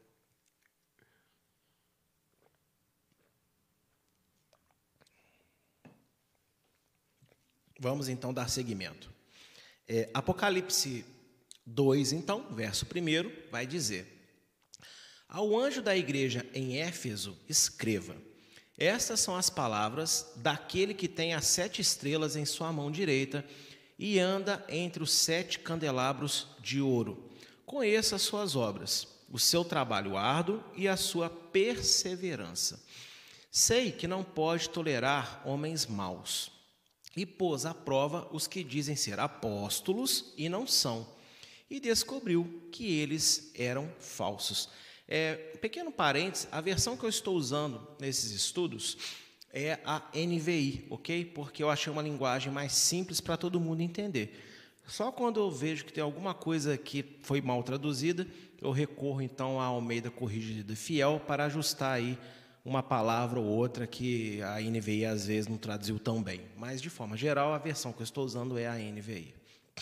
A: Vamos então dar seguimento. Apocalipse 2, então, verso 1, vai dizer: ao anjo da igreja em Éfeso, escreva: estas são as palavras daquele que tem as 7 estrelas em sua mão direita e anda entre os 7 candelabros de ouro. Conheça as suas obras, o seu trabalho árduo e a sua perseverança. Sei que não pode tolerar homens maus. E pôs à prova os que dizem ser apóstolos e não são, e descobriu que eles eram falsos. Pequeno parênteses, a versão que eu estou usando nesses estudos é a NVI, ok? Porque eu achei uma linguagem mais simples para todo mundo entender. Só quando eu vejo que tem alguma coisa que foi mal traduzida, eu recorro então à Almeida Corrigida e Fiel para ajustar aí uma palavra ou outra que a NVI às vezes não traduziu tão bem. Mas, de forma geral, a versão que eu estou usando é a NVI.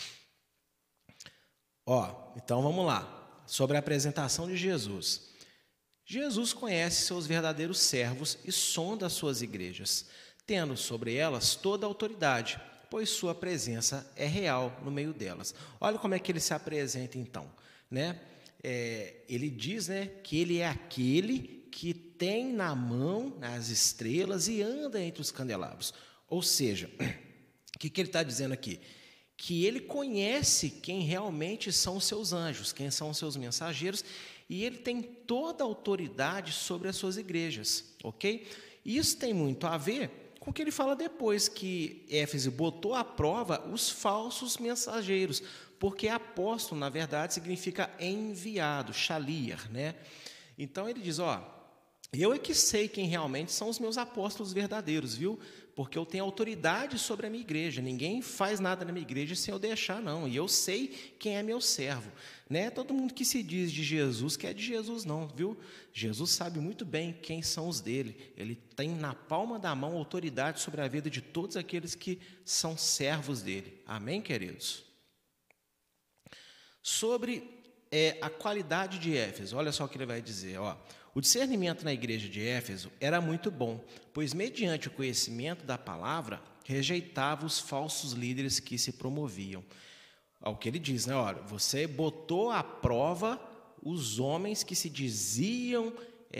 A: Então vamos lá. Sobre a apresentação de Jesus. Jesus conhece seus verdadeiros servos e sonda as suas igrejas, tendo sobre elas toda a autoridade, pois sua presença é real no meio delas. Olha como é que ele se apresenta, então, né? Ele diz, né, que ele é aquele que tem na mão as estrelas e anda entre os candelabros. Ou seja, o que ele está dizendo aqui? Que ele conhece quem realmente são os seus anjos, quem são os seus mensageiros, e ele tem toda a autoridade sobre as suas igrejas, ok? Isso tem muito a ver com o que ele fala depois, que Éfeso botou à prova os falsos mensageiros, porque apóstolo, na verdade, significa enviado, shaliach, né? Então ele diz, Eu é que sei quem realmente são os meus apóstolos verdadeiros, viu? Porque eu tenho autoridade sobre a minha igreja. Ninguém faz nada na minha igreja sem eu deixar, não. E eu sei quem é meu servo. Né? Todo mundo que se diz de Jesus quer de Jesus, não, viu? Jesus sabe muito bem quem são os dele. Ele tem na palma da mão autoridade sobre a vida de todos aqueles que são servos dele. Amém, queridos? Sobre a qualidade de Éfeso, olha só o que ele vai dizer, ó. O discernimento na igreja de Éfeso era muito bom, pois, mediante o conhecimento da palavra, rejeitava os falsos líderes que se promoviam. Ao que ele diz, né? Olha, você botou à prova os homens que se diziam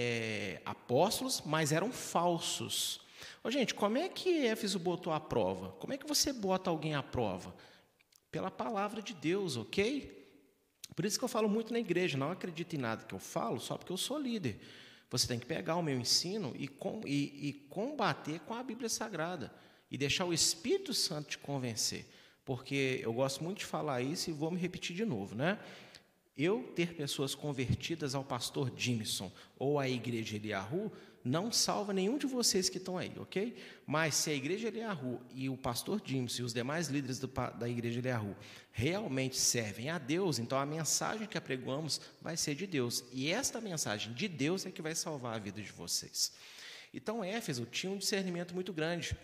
A: apóstolos, mas eram falsos. Ô, gente, como é que Éfeso botou à prova? Como é que você bota alguém à prova? Pela palavra de Deus, ok? Por isso que eu falo muito na igreja, não acredito em nada que eu falo só porque eu sou líder. Você tem que pegar o meu ensino e combater com a Bíblia Sagrada e deixar o Espírito Santo te convencer. Porque eu gosto muito de falar isso e vou me repetir de novo, né? Eu ter pessoas convertidas ao pastor Jimson ou à igreja Eliahu não salva nenhum de vocês que estão aí, ok? Mas se a igreja Eliahu e o pastor Jimson e os demais líderes da igreja Eliahu realmente servem a Deus, então a mensagem que apregoamos vai ser de Deus. E esta mensagem de Deus é que vai salvar a vida de vocês. Então, Éfeso tinha um discernimento muito grande.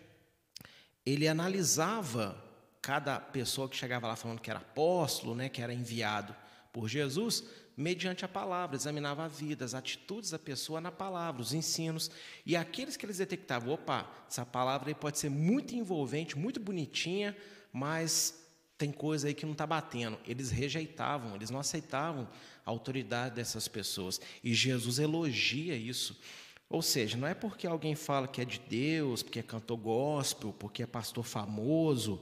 A: Ele analisava cada pessoa que chegava lá falando que era apóstolo, né, que era enviado por Jesus, mediante a palavra, examinava a vida, as atitudes da pessoa na palavra, os ensinos, e aqueles que eles detectavam, opa, essa palavra aí pode ser muito envolvente, muito bonitinha, mas tem coisa aí que não está batendo. Eles rejeitavam, eles não aceitavam a autoridade dessas pessoas, e Jesus elogia isso. Ou seja, não é porque alguém fala que é de Deus, porque é cantor gospel, porque é pastor famoso,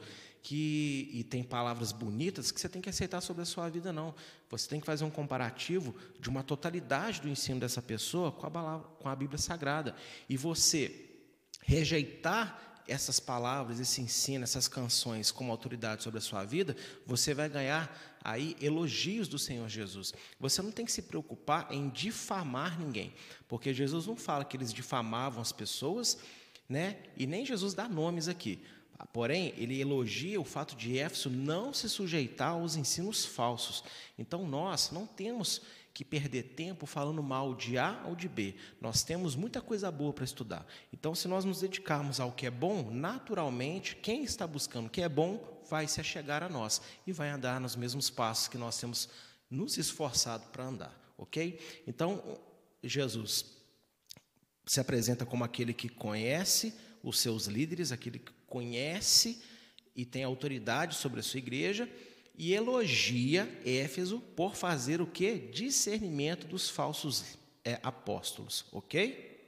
A: e tem palavras bonitas que você tem que aceitar sobre a sua vida, não. Você tem que fazer um comparativo de uma totalidade do ensino dessa pessoa com a Bíblia Sagrada. E você rejeitar essas palavras, esse ensino, essas canções como autoridade sobre a sua vida, você vai ganhar aí elogios do Senhor Jesus. Você não tem que se preocupar em difamar ninguém, porque Jesus não fala que eles difamavam as pessoas, né? E nem Jesus dá nomes aqui. Porém, ele elogia o fato de Éfeso não se sujeitar aos ensinos falsos. Então, nós não temos que perder tempo falando mal de A ou de B. Nós temos muita coisa boa para estudar. Então, se nós nos dedicarmos ao que é bom, naturalmente, quem está buscando o que é bom vai se achegar a nós e vai andar nos mesmos passos que nós temos nos esforçado para andar, ok? Então, Jesus se apresenta como aquele que conhece os seus líderes, aquele que conhece e tem autoridade sobre a sua igreja, e elogia Éfeso por fazer o quê? Discernimento dos falsos apóstolos, ok?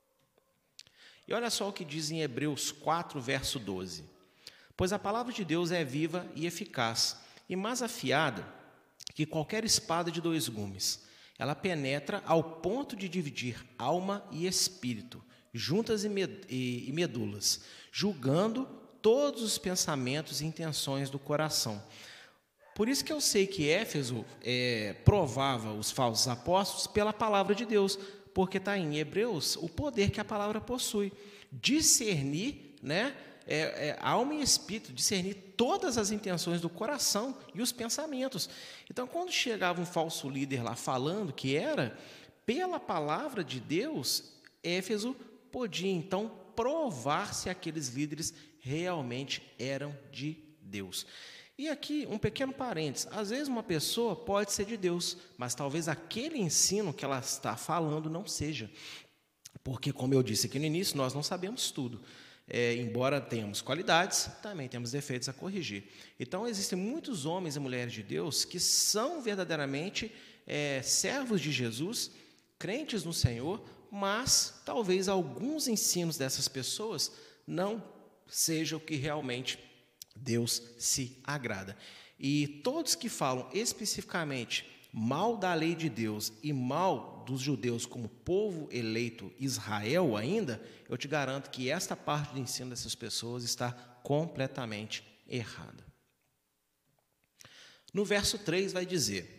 A: E olha só o que diz em Hebreus 4, verso 12. Pois a palavra de Deus é viva e eficaz, e mais afiada que qualquer espada de 2 gumes. Ela penetra ao ponto de dividir alma e espírito, juntas e medulas, julgando todos os pensamentos e intenções do coração. Por isso que eu sei que Éfeso provava os falsos apóstolos pela palavra de Deus, porque está em Hebreus o poder que a palavra possui. Discernir, né, alma e espírito, discernir todas as intenções do coração e os pensamentos. Então, quando chegava um falso líder lá falando que era, pela palavra de Deus, Éfeso podia, então, provar se aqueles líderes realmente eram de Deus. E aqui, um pequeno parênteses, às vezes uma pessoa pode ser de Deus, mas talvez aquele ensino que ela está falando não seja. Porque, como eu disse aqui no início, nós não sabemos tudo. Embora tenhamos qualidades, também temos defeitos a corrigir. Então, existem muitos homens e mulheres de Deus que são verdadeiramente servos de Jesus, crentes no Senhor, mas talvez alguns ensinos dessas pessoas não sejam o que realmente Deus se agrada. E todos que falam especificamente mal da lei de Deus e mal dos judeus como povo eleito Israel ainda, eu te garanto que esta parte do ensino dessas pessoas está completamente errada. No verso 3 vai dizer: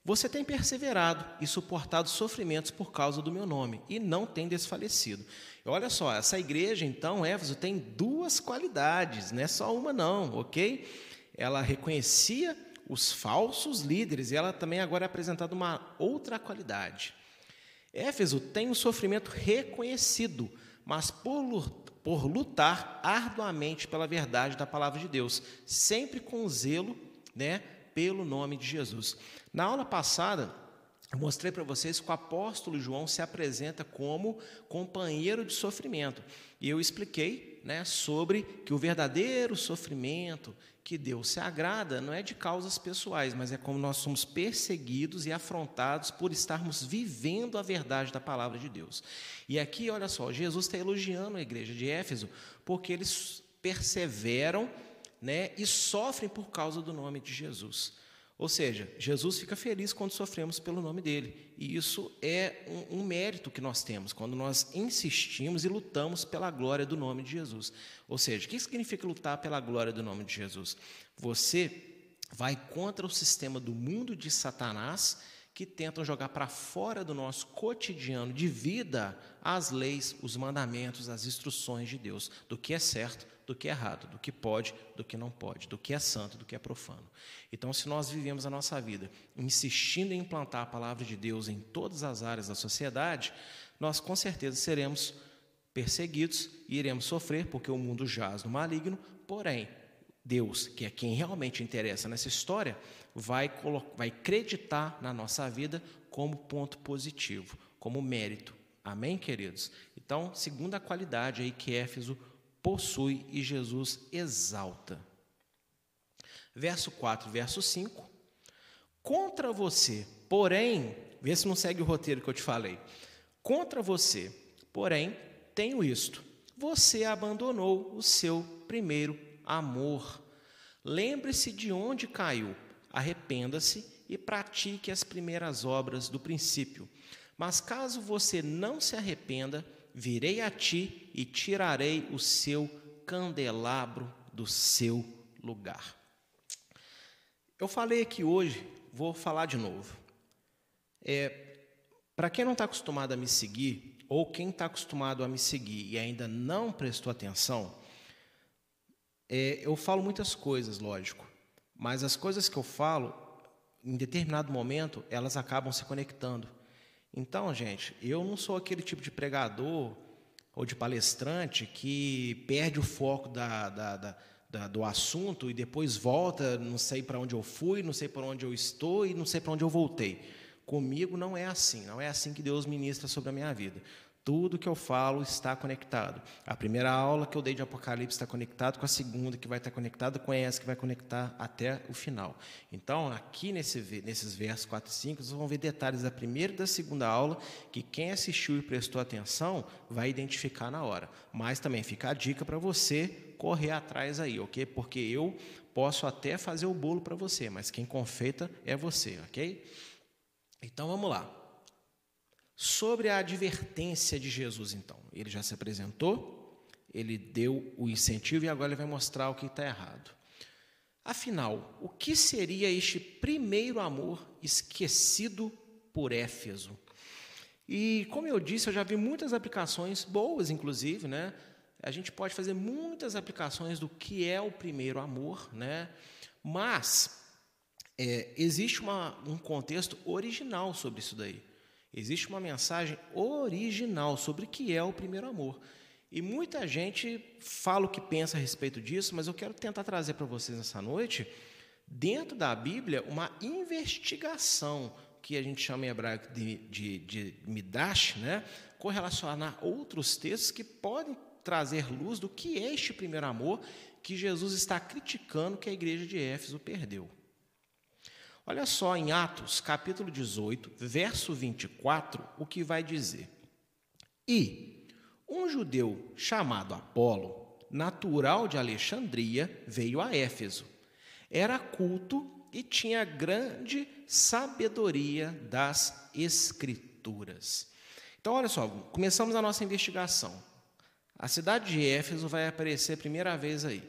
A: Você tem perseverado e suportado sofrimentos por causa do meu nome, e não tem desfalecido. Olha só, essa igreja, então, Éfeso, tem duas qualidades, não é só uma não, ok? Ela reconhecia os falsos líderes, e ela também agora é apresentada uma outra qualidade. Éfeso tem um sofrimento reconhecido, mas por lutar arduamente pela verdade da palavra de Deus, sempre com zelo, né, pelo nome de Jesus. Na aula passada, eu mostrei para vocês que o apóstolo João se apresenta como companheiro de sofrimento. E eu expliquei, né, sobre que o verdadeiro sofrimento que Deus se agrada não é de causas pessoais, mas é como nós somos perseguidos e afrontados por estarmos vivendo a verdade da palavra de Deus. E aqui, olha só, Jesus está elogiando a igreja de Éfeso porque eles perseveram, né, e sofrem por causa do nome de Jesus. Ou seja, Jesus fica feliz quando sofremos pelo nome dele. E isso é um mérito que nós temos, quando nós insistimos e lutamos pela glória do nome de Jesus. Ou seja, o que significa lutar pela glória do nome de Jesus? Você vai contra o sistema do mundo de Satanás, que tentam jogar para fora do nosso cotidiano de vida as leis, os mandamentos, as instruções de Deus, do que é certo, do que é errado, do que pode, do que não pode, do que é santo, do que é profano. Então, se nós vivemos a nossa vida insistindo em implantar a palavra de Deus em todas as áreas da sociedade, nós com certeza seremos perseguidos e iremos sofrer, porque o mundo jaz no maligno, porém, Deus, que é quem realmente interessa nessa história, vai acreditar na nossa vida como ponto positivo, como mérito. Amém, queridos? Então, segunda qualidade aí que Éfeso possui e Jesus exalta. Verso 4, verso 5. Contra você, porém, vê se não segue o roteiro que eu te falei. Contra você, porém, tenho isto: você abandonou o seu primeiro amor. Lembre-se de onde caiu, arrependa-se e pratique as primeiras obras do princípio. Mas caso você não se arrependa, virei a ti e tirarei o seu candelabro do seu lugar. Eu falei aqui hoje, vou falar de novo. Para quem não está acostumado a me seguir, ou quem está acostumado a me seguir e ainda não prestou atenção, eu falo muitas coisas, lógico, mas as coisas que eu falo, em determinado momento, elas acabam se conectando. Então, gente, eu não sou aquele tipo de pregador ou de palestrante que perde o foco do assunto e depois volta, não sei para onde eu fui, não sei para onde eu estou e não sei para onde eu voltei. Comigo não é assim que Deus ministra sobre a minha vida. Tudo que eu falo está conectado. A primeira aula que eu dei de Apocalipse está conectado com a segunda, que vai estar conectada com essa, que vai conectar até o final. Então, aqui nesses versos 4 e 5, vocês vão ver detalhes da primeira e da segunda aula, que quem assistiu e prestou atenção vai identificar na hora. Mas também fica a dica para você correr atrás aí, ok? Porque eu posso até fazer o bolo para você, mas quem confeita é você, ok? Então, vamos lá. Sobre a advertência de Jesus, então. Ele já se apresentou, ele deu o incentivo e agora ele vai mostrar o que está errado. Afinal, o que seria este primeiro amor esquecido por Éfeso? E, como eu disse, eu já vi muitas aplicações, boas inclusive, né? A gente pode fazer muitas aplicações do que é o primeiro amor, né? Mas existe um contexto original sobre isso daí. Existe uma mensagem original sobre o que é o primeiro amor. E muita gente fala o que pensa a respeito disso, mas eu quero tentar trazer para vocês nessa noite, dentro da Bíblia, uma investigação, que a gente chama em hebraico de Midrash, né? Correlacionar outros textos que podem trazer luz do que é este primeiro amor que Jesus está criticando que a igreja de Éfeso perdeu. Olha só em Atos, capítulo 18, verso 24, o que vai dizer. E um judeu chamado Apolo, natural de Alexandria, veio a Éfeso. Era culto e tinha grande sabedoria das Escrituras. Então, olha só, começamos a nossa investigação. A cidade de Éfeso vai aparecer a primeira vez aí.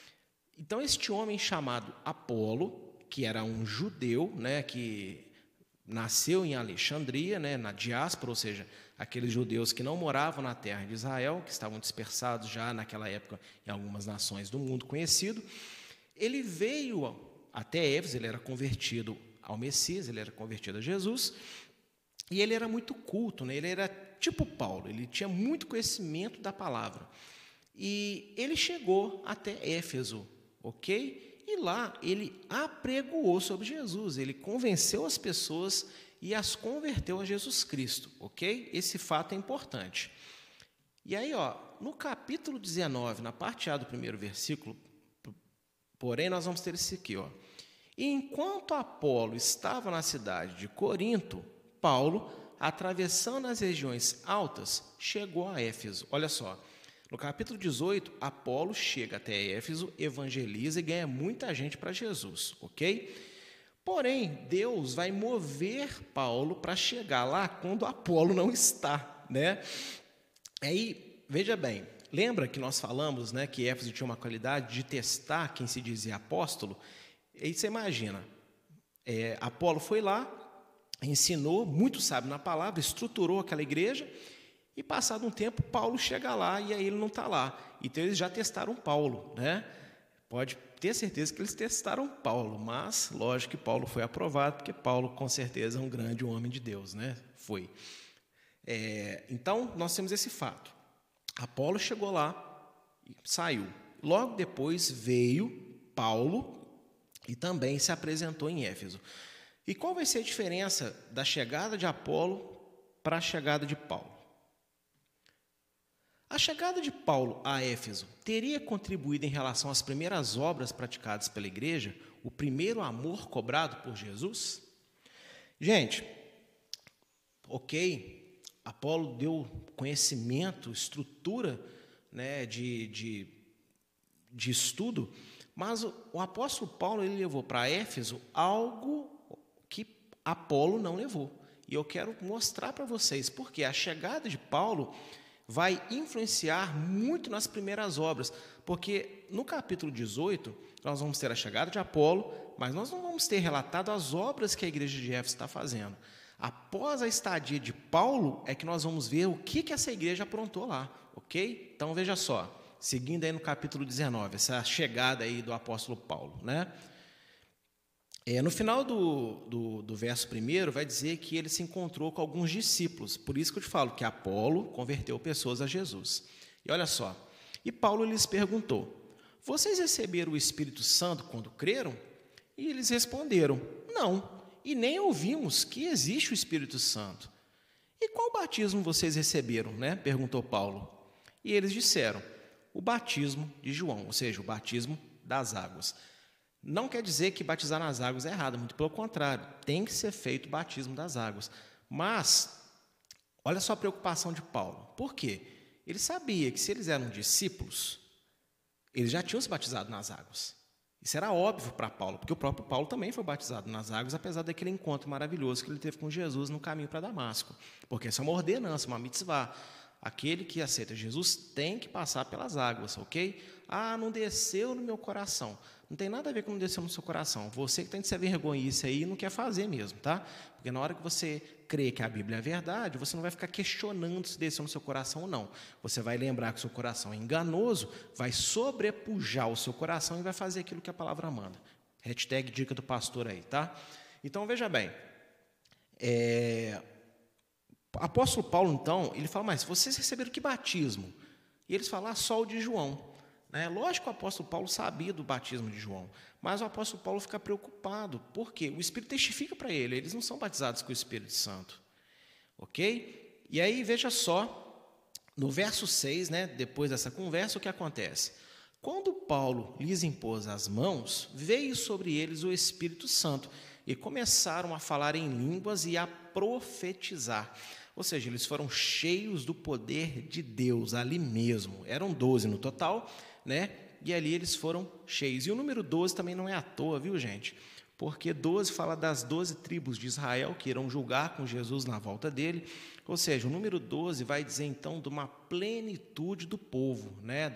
A: Então, este homem chamado Apolo, que era um judeu, né, que nasceu em Alexandria, né, na diáspora, ou seja, aqueles judeus que não moravam na terra de Israel, que estavam dispersados já naquela época em algumas nações do mundo conhecido. Ele veio até Éfeso, ele era convertido ao Messias, ele era convertido a Jesus, e ele era muito culto, né? Ele era tipo Paulo, ele tinha muito conhecimento da palavra. E ele chegou até Éfeso, ok? E lá ele apregoou sobre Jesus, ele convenceu as pessoas e as converteu a Jesus Cristo, ok? Esse fato é importante. E aí, no capítulo 19, na parte A do primeiro versículo, porém, nós vamos ter esse aqui, E enquanto Apolo estava na cidade de Corinto, Paulo, atravessando as regiões altas, chegou a Éfeso. Olha só, no capítulo 18, Apolo chega até Éfeso, evangeliza e ganha muita gente para Jesus, ok? Porém, Deus vai mover Paulo para chegar lá quando Apolo não está, né? Aí, veja bem, lembra que nós falamos, né, que Éfeso tinha uma qualidade de testar quem se dizia apóstolo? Aí você imagina, Apolo foi lá, ensinou, muito sábio na palavra, estruturou aquela igreja, e passado um tempo, Paulo chega lá e aí ele não está lá. Então, eles já testaram Paulo, né? Pode ter certeza que eles testaram Paulo, mas, lógico que Paulo foi aprovado, porque Paulo, com certeza, é um grande homem de Deus, né? Foi. Então, nós temos esse fato. Apolo chegou lá e saiu. Logo depois veio Paulo e também se apresentou em Éfeso. E qual vai ser a diferença da chegada de Apolo para a chegada de Paulo? A chegada de Paulo a Éfeso teria contribuído em relação às primeiras obras praticadas pela igreja, o primeiro amor cobrado por Jesus? Gente, ok, Apolo deu conhecimento, estrutura, né, de estudo, mas o apóstolo Paulo ele levou para Éfeso algo que Apolo não levou. E eu quero mostrar para vocês, porque a chegada de Paulo vai influenciar muito nas primeiras obras, porque no capítulo 18, nós vamos ter a chegada de Apolo, mas nós não vamos ter relatado as obras que a igreja de Éfeso está fazendo. Após a estadia de Paulo, é que nós vamos ver o que essa igreja aprontou lá, ok? Então, veja só, seguindo aí no capítulo 19, essa chegada aí do apóstolo Paulo, né? No final do verso 1, vai dizer que ele se encontrou com alguns discípulos. Por isso que eu te falo que Apolo converteu pessoas a Jesus. E olha só, e Paulo lhes perguntou, vocês receberam o Espírito Santo quando creram? E eles responderam, não, e nem ouvimos que existe o Espírito Santo. E qual batismo vocês receberam, né? Perguntou Paulo. E eles disseram, o batismo de João, ou seja, o batismo das águas. Não quer dizer que batizar nas águas é errado, muito pelo contrário, tem que ser feito o batismo das águas. Mas, olha só a preocupação de Paulo. Por quê? Ele sabia que se eles eram discípulos, eles já tinham se batizado nas águas. Isso era óbvio para Paulo, porque o próprio Paulo também foi batizado nas águas, apesar daquele encontro maravilhoso que ele teve com Jesus no caminho para Damasco. Porque isso é uma ordenança, uma mitzvah. Aquele que aceita Jesus tem que passar pelas águas, ok? Ah, não desceu no meu coração. Não tem nada a ver com não desceu no seu coração. Você que tem que se vergonhar isso aí não quer fazer mesmo, tá? Porque na hora que você crê que a Bíblia é verdade, você não vai ficar questionando se desceu no seu coração ou não. Você vai lembrar que o seu coração é enganoso, vai sobrepujar o seu coração e vai fazer aquilo que a palavra manda. Hashtag dica do pastor aí, tá? Então, veja bem. O apóstolo Paulo, então, ele fala, mas vocês receberam que batismo? E eles falam, só o de João. Lógico que o apóstolo Paulo sabia do batismo de João, mas o apóstolo Paulo fica preocupado, porque o Espírito testifica para ele, eles não são batizados com o Espírito Santo. Ok? E aí, veja só, no verso 6, né, depois dessa conversa, o que acontece? Quando Paulo lhes impôs as mãos, veio sobre eles o Espírito Santo, e começaram a falar em línguas e a profetizar. Ou seja, eles foram cheios do poder de Deus ali mesmo. Eram 12 no total, né? E ali eles foram cheios. E o número 12 também não é à toa, viu, gente? Porque 12 fala das 12 tribos de Israel que irão julgar com Jesus na volta dele. Ou seja, o número 12 vai dizer, então, de uma plenitude do povo, né?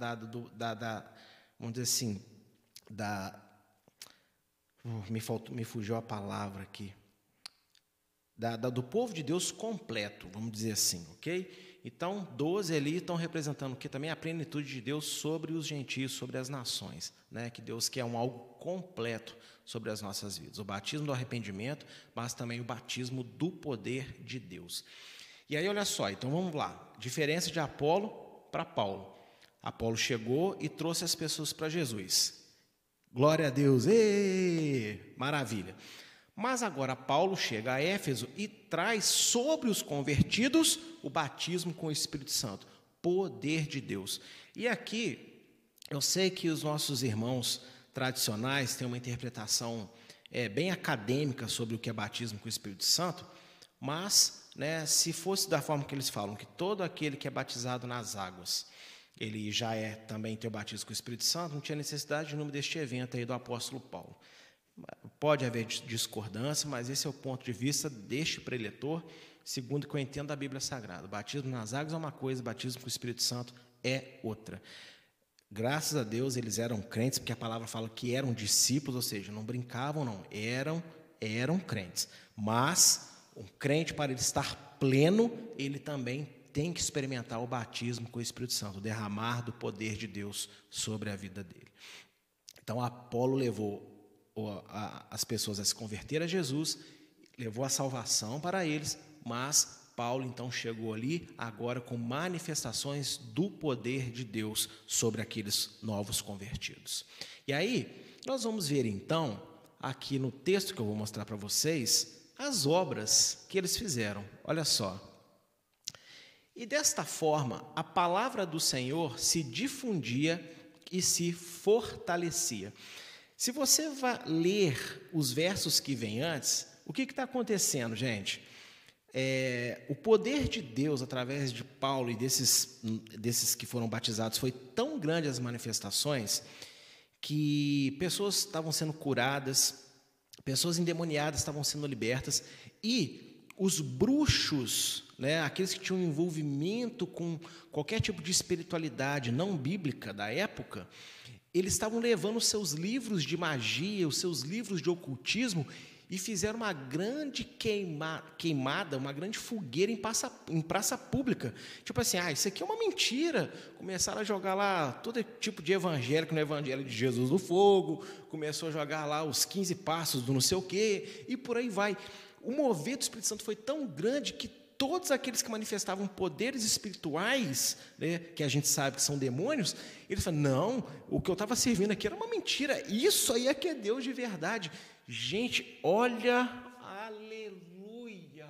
A: Vamos dizer assim, me fugiu a palavra aqui. do povo de Deus completo, vamos dizer assim, ok? Então, 12 ali estão representando o que também a plenitude de Deus sobre os gentios, sobre as nações, né? Que Deus quer algo completo sobre as nossas vidas. O batismo do arrependimento, mas também o batismo do poder de Deus. E aí, olha só, então vamos lá. Diferença de Apolo para Paulo. Apolo chegou e trouxe as pessoas para Jesus. Glória a Deus, maravilha. Mas agora Paulo chega a Éfeso e traz sobre os convertidos o batismo com o Espírito Santo, poder de Deus. E aqui, eu sei que os nossos irmãos tradicionais têm uma interpretação bem acadêmica sobre o que é batismo com o Espírito Santo, mas, né, se fosse da forma que eles falam, que todo aquele que é batizado nas águas, ele já também tem o batismo com o Espírito Santo, não tinha necessidade de nome deste evento aí do apóstolo Paulo. Pode haver discordância, mas esse é o ponto de vista deste preletor, segundo o que eu entendo da Bíblia Sagrada. O batismo nas águas é uma coisa, o batismo com o Espírito Santo é outra. Graças a Deus eles eram crentes, porque a palavra fala que eram discípulos, ou seja, não brincavam, não, eram crentes. Mas um crente, para ele estar pleno, ele também tem que experimentar o batismo com o Espírito Santo, o derramar do poder de Deus sobre a vida dele. Então, Apolo levou as pessoas a se converter a Jesus, levou a salvação para eles, mas Paulo então chegou ali agora com manifestações do poder de Deus sobre aqueles novos convertidos. E aí, nós vamos ver então, aqui no texto que eu vou mostrar para vocês, as obras que eles fizeram. Olha só. E desta forma, a palavra do Senhor se difundia e se fortalecia. Se você vai ler os versos que vêm antes, o que está acontecendo, gente? O poder de Deus, através de Paulo e desses que foram batizados, foi tão grande as manifestações, que pessoas estavam sendo curadas, pessoas endemoniadas estavam sendo libertas, e os bruxos, né, aqueles que tinham envolvimento com qualquer tipo de espiritualidade não bíblica da época, eles estavam levando os seus livros de magia, os seus livros de ocultismo, e fizeram uma grande queimada, uma grande fogueira em praça pública. Tipo assim, isso aqui é uma mentira. Começaram a jogar lá todo tipo de evangélico no Evangelho de Jesus no fogo, começou a jogar lá os 15 passos do não sei o quê, e por aí vai. O mover do Espírito Santo foi tão grande que todos aqueles que manifestavam poderes espirituais, né, que a gente sabe que são demônios, eles falam, não, o que eu estava servindo aqui era uma mentira, isso aí é que é Deus de verdade. Gente, olha, aleluia,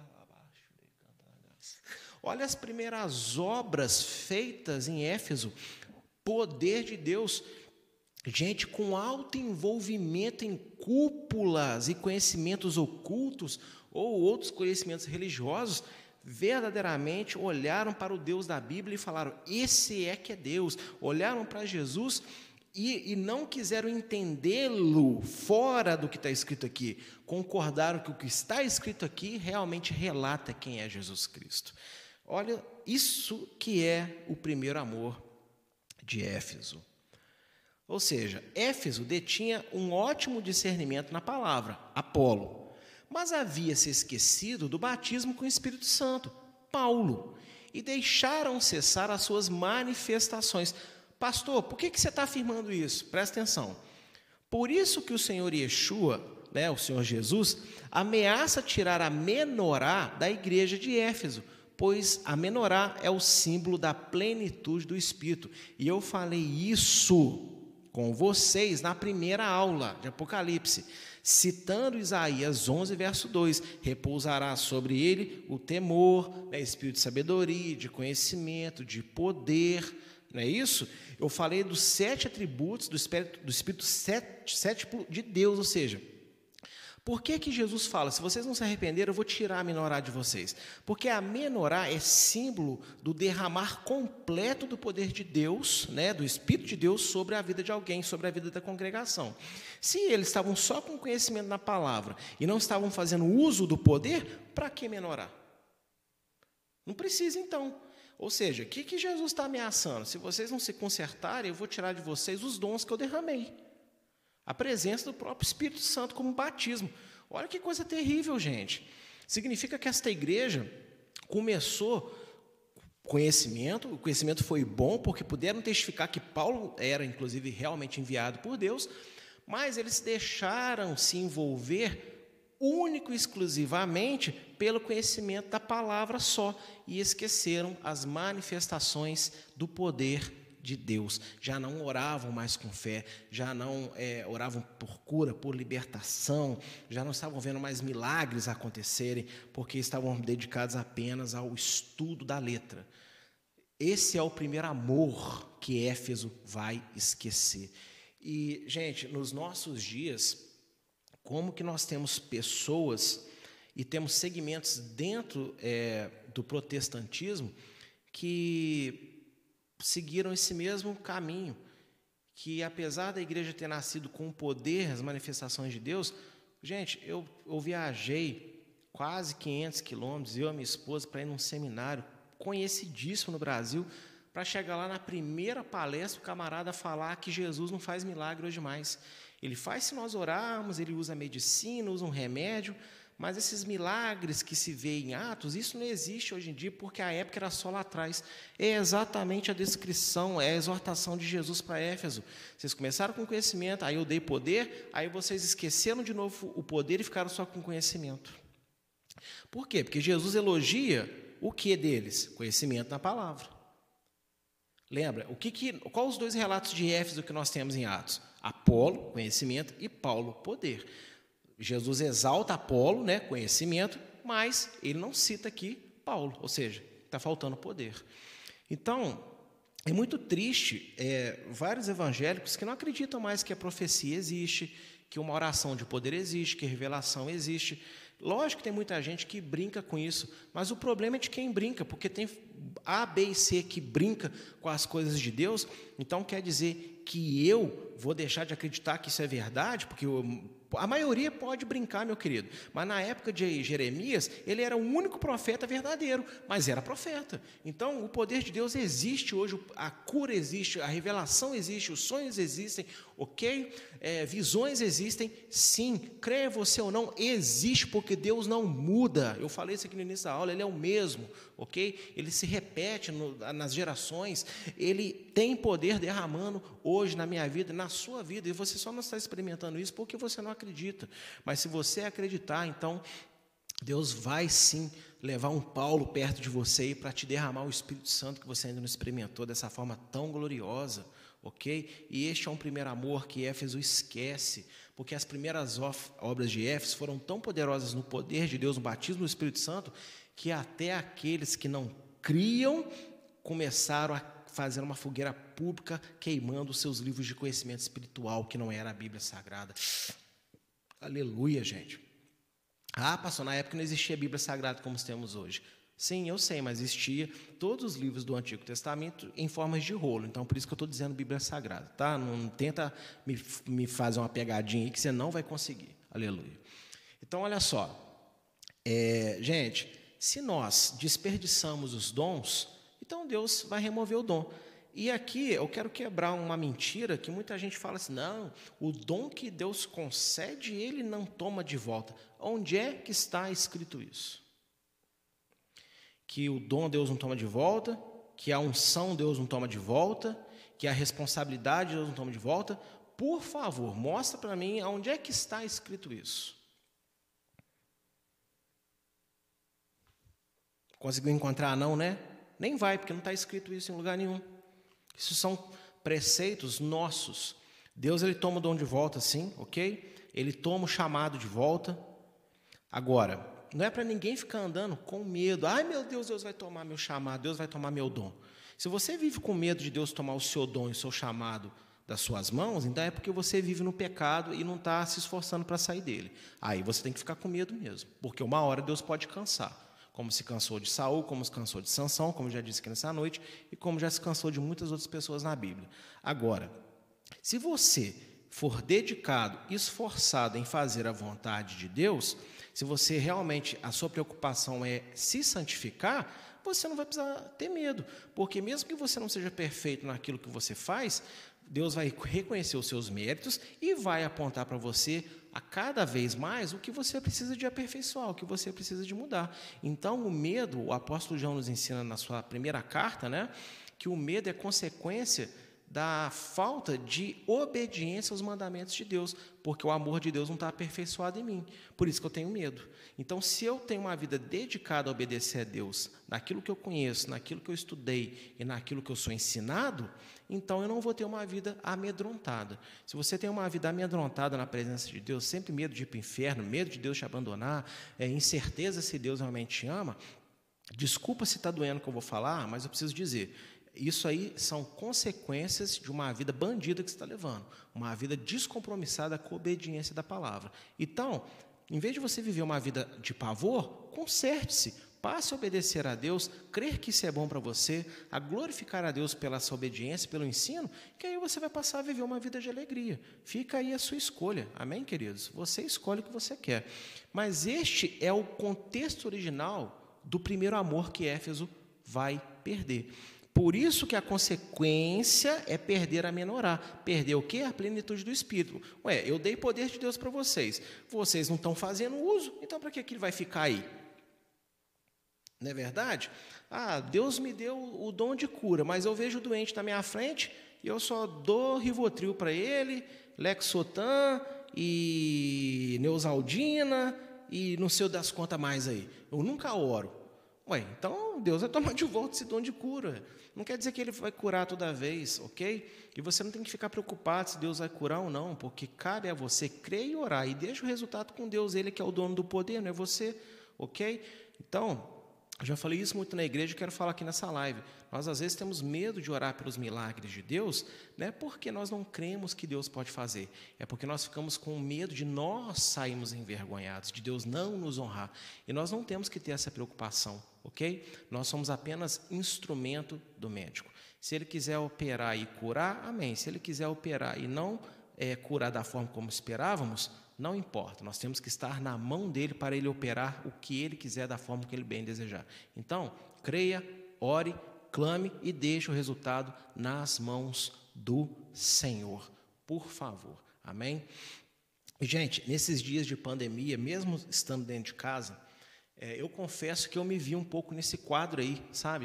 A: olha as primeiras obras feitas em Éfeso, poder de Deus, gente com alto envolvimento em cúpulas e conhecimentos ocultos, ou outros conhecimentos religiosos, verdadeiramente olharam para o Deus da Bíblia e falaram, esse é que é Deus. Olharam para Jesus e não quiseram entendê-lo fora do que está escrito aqui. Concordaram que o que está escrito aqui realmente relata quem é Jesus Cristo. Olha, isso que é o primeiro amor de Éfeso. Ou seja, Éfeso detinha um ótimo discernimento na palavra, Apolo, mas havia se esquecido do batismo com o Espírito Santo, Paulo, e deixaram cessar as suas manifestações. Pastor, por que você está afirmando isso? Presta atenção. Por isso que o Senhor Yeshua, né, o Senhor Jesus, ameaça tirar a menorá da igreja de Éfeso, pois a menorá é o símbolo da plenitude do Espírito. E eu falei isso com vocês na primeira aula de Apocalipse, citando Isaías 11, verso 2, repousará sobre ele o temor, né, espírito de sabedoria, de conhecimento, de poder, não é isso? Eu falei dos 7 atributos do Espírito sétimo de Deus, ou seja, por que Jesus fala, se vocês não se arrependerem, eu vou tirar a menorá de vocês? Porque a menorá é símbolo do derramar completo do poder de Deus, né, do Espírito de Deus sobre a vida de alguém, sobre a vida da congregação. Se eles estavam só com conhecimento na palavra e não estavam fazendo uso do poder, para que menorá? Não precisa então. Ou seja, o que Jesus está ameaçando? Se vocês não se consertarem, eu vou tirar de vocês os dons que eu derramei. A presença do próprio Espírito Santo como batismo. Olha que coisa terrível, gente. Significa que esta igreja começou conhecimento, o conhecimento foi bom, porque puderam testificar que Paulo era, inclusive, realmente enviado por Deus, mas eles deixaram se envolver único e exclusivamente pelo conhecimento da palavra só, e esqueceram as manifestações do poder de Deus. Já não oravam mais com fé, já não oravam por cura, por libertação, já não estavam vendo mais milagres acontecerem, porque estavam dedicados apenas ao estudo da letra. Esse é o primeiro amor que Éfeso vai esquecer. E, gente, nos nossos dias, como que nós temos pessoas e temos segmentos dentro do protestantismo que seguiram esse mesmo caminho, que apesar da igreja ter nascido com o poder, as manifestações de Deus, gente, eu viajei quase 500 quilômetros, eu e minha esposa, para ir num seminário conhecidíssimo no Brasil, para chegar lá na primeira palestra, o camarada falar que Jesus não faz milagre hoje mais. Ele faz se nós orarmos, ele usa medicina, usa um remédio, mas esses milagres que se vê em Atos, isso não existe hoje em dia, porque a época era só lá atrás. É exatamente a descrição, é a exortação de Jesus para Éfeso. Vocês começaram com conhecimento, aí eu dei poder, aí vocês esqueceram de novo o poder e ficaram só com conhecimento. Por quê? Porque Jesus elogia o que deles? Conhecimento na palavra. Lembra? Qual os dois relatos de Éfeso que nós temos em Atos? Apolo, conhecimento, e Paulo, poder. Jesus exalta Apolo, né, conhecimento, mas ele não cita aqui Paulo, ou seja, está faltando poder. Então, é muito triste, vários evangélicos que não acreditam mais que a profecia existe, que uma oração de poder existe, que a revelação existe. Lógico que tem muita gente que brinca com isso, mas o problema é de quem brinca, porque tem A, B e C que brinca com as coisas de Deus, então quer dizer que eu vou deixar de acreditar que isso é verdade, porque a maioria pode brincar, meu querido, mas na época de Jeremias, ele era o único profeta verdadeiro, mas era profeta. Então, o poder de Deus existe hoje, a cura existe, a revelação existe, os sonhos existem, ok? Visões existem, sim, creia você ou não, existe, porque Deus não muda. Eu falei isso aqui no início da aula, ele é o mesmo, ok? Ele se repete nas gerações, ele tem poder derramando hoje na minha vida, na sua vida, e você só não está experimentando isso porque você não acredita. Mas se você acreditar, então Deus vai sim levar um Paulo perto de você para te derramar o Espírito Santo que você ainda não experimentou dessa forma tão gloriosa, ok? E este é um primeiro amor que Éfeso esquece, porque as primeiras obras de Éfeso foram tão poderosas no poder de Deus, no batismo do Espírito Santo, que até aqueles que não criam começaram a fazer uma fogueira pública queimando os seus livros de conhecimento espiritual, que não era a Bíblia Sagrada. Aleluia, gente. Ah, pastor, na época não existia Bíblia Sagrada como temos hoje. Sim, eu sei, mas existia todos os livros do Antigo Testamento em formas de rolo. Então, por isso que eu estou dizendo Bíblia Sagrada, tá? Não tenta me fazer uma pegadinha aí que você não vai conseguir. Aleluia. Então, olha só. Gente, se nós desperdiçamos os dons, então Deus vai remover o dom. E aqui eu quero quebrar uma mentira que muita gente fala assim, não, o dom que Deus concede, Ele não toma de volta. Onde é que está escrito isso? Que o dom Deus não toma de volta, que a unção Deus não toma de volta, que a responsabilidade Deus não toma de volta. Por favor, mostra para mim onde é que está escrito isso. Conseguiu encontrar não, né? Nem vai, porque não está escrito isso em lugar nenhum. Isso são preceitos nossos. Deus, Ele toma o dom de volta, sim, ok? Ele toma o chamado de volta. Agora, não é para ninguém ficar andando com medo. Ai, meu Deus, Deus vai tomar meu chamado, Deus vai tomar meu dom. Se você vive com medo de Deus tomar o seu dom e o seu chamado das suas mãos, então é porque você vive no pecado e não está se esforçando para sair dele. Aí você tem que ficar com medo mesmo, porque uma hora Deus pode cansar. Como se cansou de Saul, como se cansou de Sansão, como já disse aqui nessa noite, e como já se cansou de muitas outras pessoas na Bíblia. Agora, se você for dedicado, esforçado em fazer a vontade de Deus, se você realmente, a sua preocupação é se santificar, você não vai precisar ter medo, porque mesmo que você não seja perfeito naquilo que você faz, Deus vai reconhecer os seus méritos e vai apontar para você a cada vez mais o que você precisa de aperfeiçoar, o que você precisa de mudar. Então, o medo, o apóstolo João nos ensina na sua primeira carta, né, que o medo é consequência da falta de obediência aos mandamentos de Deus, porque o amor de Deus não está aperfeiçoado em mim, por isso que eu tenho medo. Então, se eu tenho uma vida dedicada a obedecer a Deus, naquilo que eu conheço, naquilo que eu estudei e naquilo que eu sou ensinado, então eu não vou ter uma vida amedrontada. Se você tem uma vida amedrontada na presença de Deus, sempre medo de ir para o inferno, medo de Deus te abandonar, incerteza se Deus realmente te ama, desculpa se está doendo o que eu vou falar, mas eu preciso dizer, isso aí são consequências de uma vida bandida que você está levando, uma vida descompromissada com a obediência da palavra. Então, em vez de você viver uma vida de pavor, conserte-se, passe a obedecer a Deus, crer que isso é bom para você, a glorificar a Deus pela sua obediência, pelo ensino, que aí você vai passar a viver uma vida de alegria. Fica aí a sua escolha, amém, queridos? Você escolhe o que você quer. Mas este é o contexto original do primeiro amor que Éfeso vai perder. Por isso que a consequência é perder a menorá. Perder o quê? A plenitude do Espírito. Eu dei poder de Deus para vocês. Vocês não estão fazendo uso, então para que ele vai ficar aí? Não é verdade? Deus me deu o dom de cura, mas eu vejo o doente na minha frente e eu só dou Rivotril para ele, Lexotan e Neosaldina e não sei das contas mais aí. Eu nunca oro. Então Deus vai tomar de volta esse dom de cura. Não quer dizer que Ele vai curar toda vez, ok? E você não tem que ficar preocupado se Deus vai curar ou não, porque cabe a você crer e orar, e deixa o resultado com Deus, Ele que é o dono do poder, não é você, ok? Então, eu já falei isso muito na igreja, quero falar aqui nessa live. Nós, às vezes, temos medo de orar pelos milagres de Deus, não é porque nós não cremos que Deus pode fazer, é porque nós ficamos com medo de nós sairmos envergonhados, de Deus não nos honrar. E nós não temos que ter essa preocupação, ok? Nós somos apenas instrumento do médico. Se ele quiser operar e curar, amém. Se ele quiser operar e não curar da forma como esperávamos, não importa, nós temos que estar na mão dele para ele operar o que ele quiser da forma que ele bem desejar. Então, creia, ore, clame e deixe o resultado nas mãos do Senhor, por favor, amém? Gente, nesses dias de pandemia, mesmo estando dentro de casa, eu confesso que eu me vi um pouco nesse quadro aí, sabe?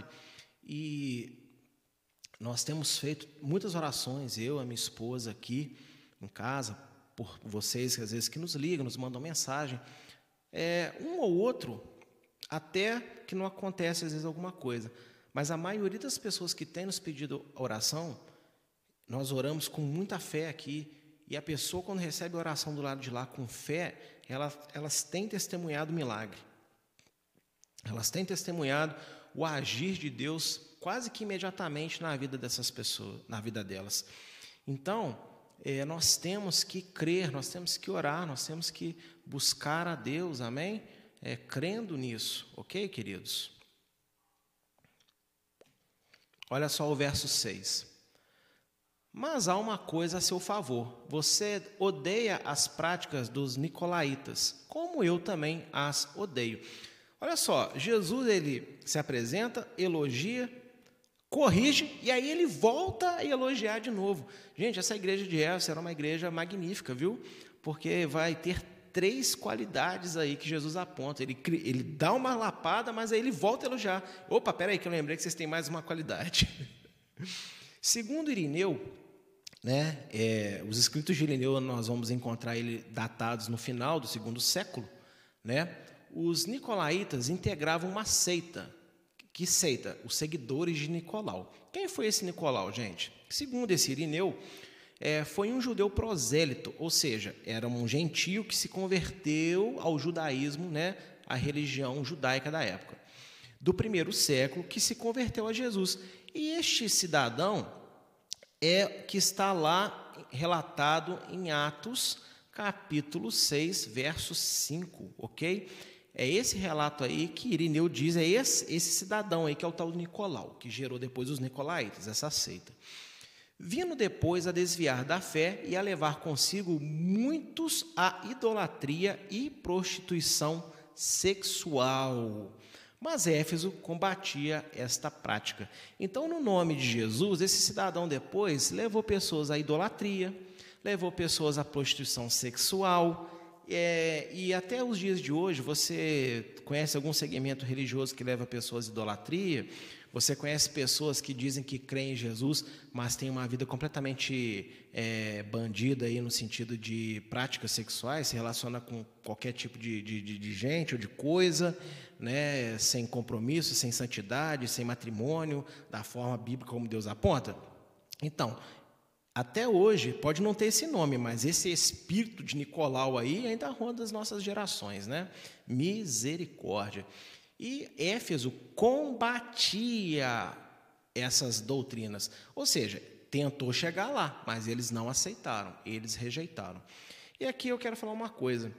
A: E nós temos feito muitas orações, eu, a minha esposa aqui em casa, por vocês, às vezes, que nos ligam, nos mandam mensagem, um ou outro, até que não acontece, às vezes, alguma coisa, mas a maioria das pessoas que têm nos pedido oração, nós oramos com muita fé aqui, e a pessoa, quando recebe a oração do lado de lá com fé, elas têm testemunhado o milagre, elas têm testemunhado o agir de Deus quase que imediatamente na vida dessas pessoas, na vida delas. Então, nós temos que crer, nós temos que orar, nós temos que buscar a Deus, amém? Crendo nisso, ok, queridos? Olha só o verso 6. Mas há uma coisa a seu favor, você odeia as práticas dos nicolaítas, como eu também as odeio. Olha só, Jesus, ele se apresenta, elogia, corrige, e aí ele volta a elogiar de novo. Gente, essa igreja de Éfeso era uma igreja magnífica, viu? Porque vai ter 3 qualidades aí que Jesus aponta. Ele dá uma lapada, mas aí ele volta a elogiar. Opa, peraí que eu lembrei que vocês têm mais uma qualidade. Segundo Irineu, né, os escritos de Irineu, nós vamos encontrar ele datados no final do 2º século, né? Os nicolaítas integravam uma seita. Que seita? Os seguidores de Nicolau. Quem foi esse Nicolau, gente? Segundo esse Irineu, foi um judeu prosélito, ou seja, era um gentio que se converteu ao judaísmo, né, a religião judaica da época, do 1º século, que se converteu a Jesus. E este cidadão que está lá relatado em Atos, capítulo 6, verso 5, ok? É esse relato aí que Irineu diz, esse cidadão aí que é o tal Nicolau, que gerou depois os nicolaítas, essa seita. Vindo depois a desviar da fé e a levar consigo muitos à idolatria e prostituição sexual, Mas Éfeso combatia esta prática. Então, no nome de Jesus, esse cidadão depois levou pessoas à idolatria, levou pessoas à prostituição sexual, e até os dias de hoje, você conhece algum segmento religioso que leva pessoas à idolatria? Você conhece pessoas que dizem que creem em Jesus, mas têm uma vida completamente bandida aí no sentido de práticas sexuais, se relaciona com qualquer tipo de gente ou de coisa, né, sem compromisso, sem santidade, sem matrimônio, da forma bíblica como Deus aponta? Então, até hoje, pode não ter esse nome, mas esse espírito de Nicolau aí ainda ronda as nossas gerações, né? Misericórdia. E Éfeso combatia essas doutrinas, ou seja, tentou chegar lá, mas eles não aceitaram, eles rejeitaram. E aqui eu quero falar uma coisa,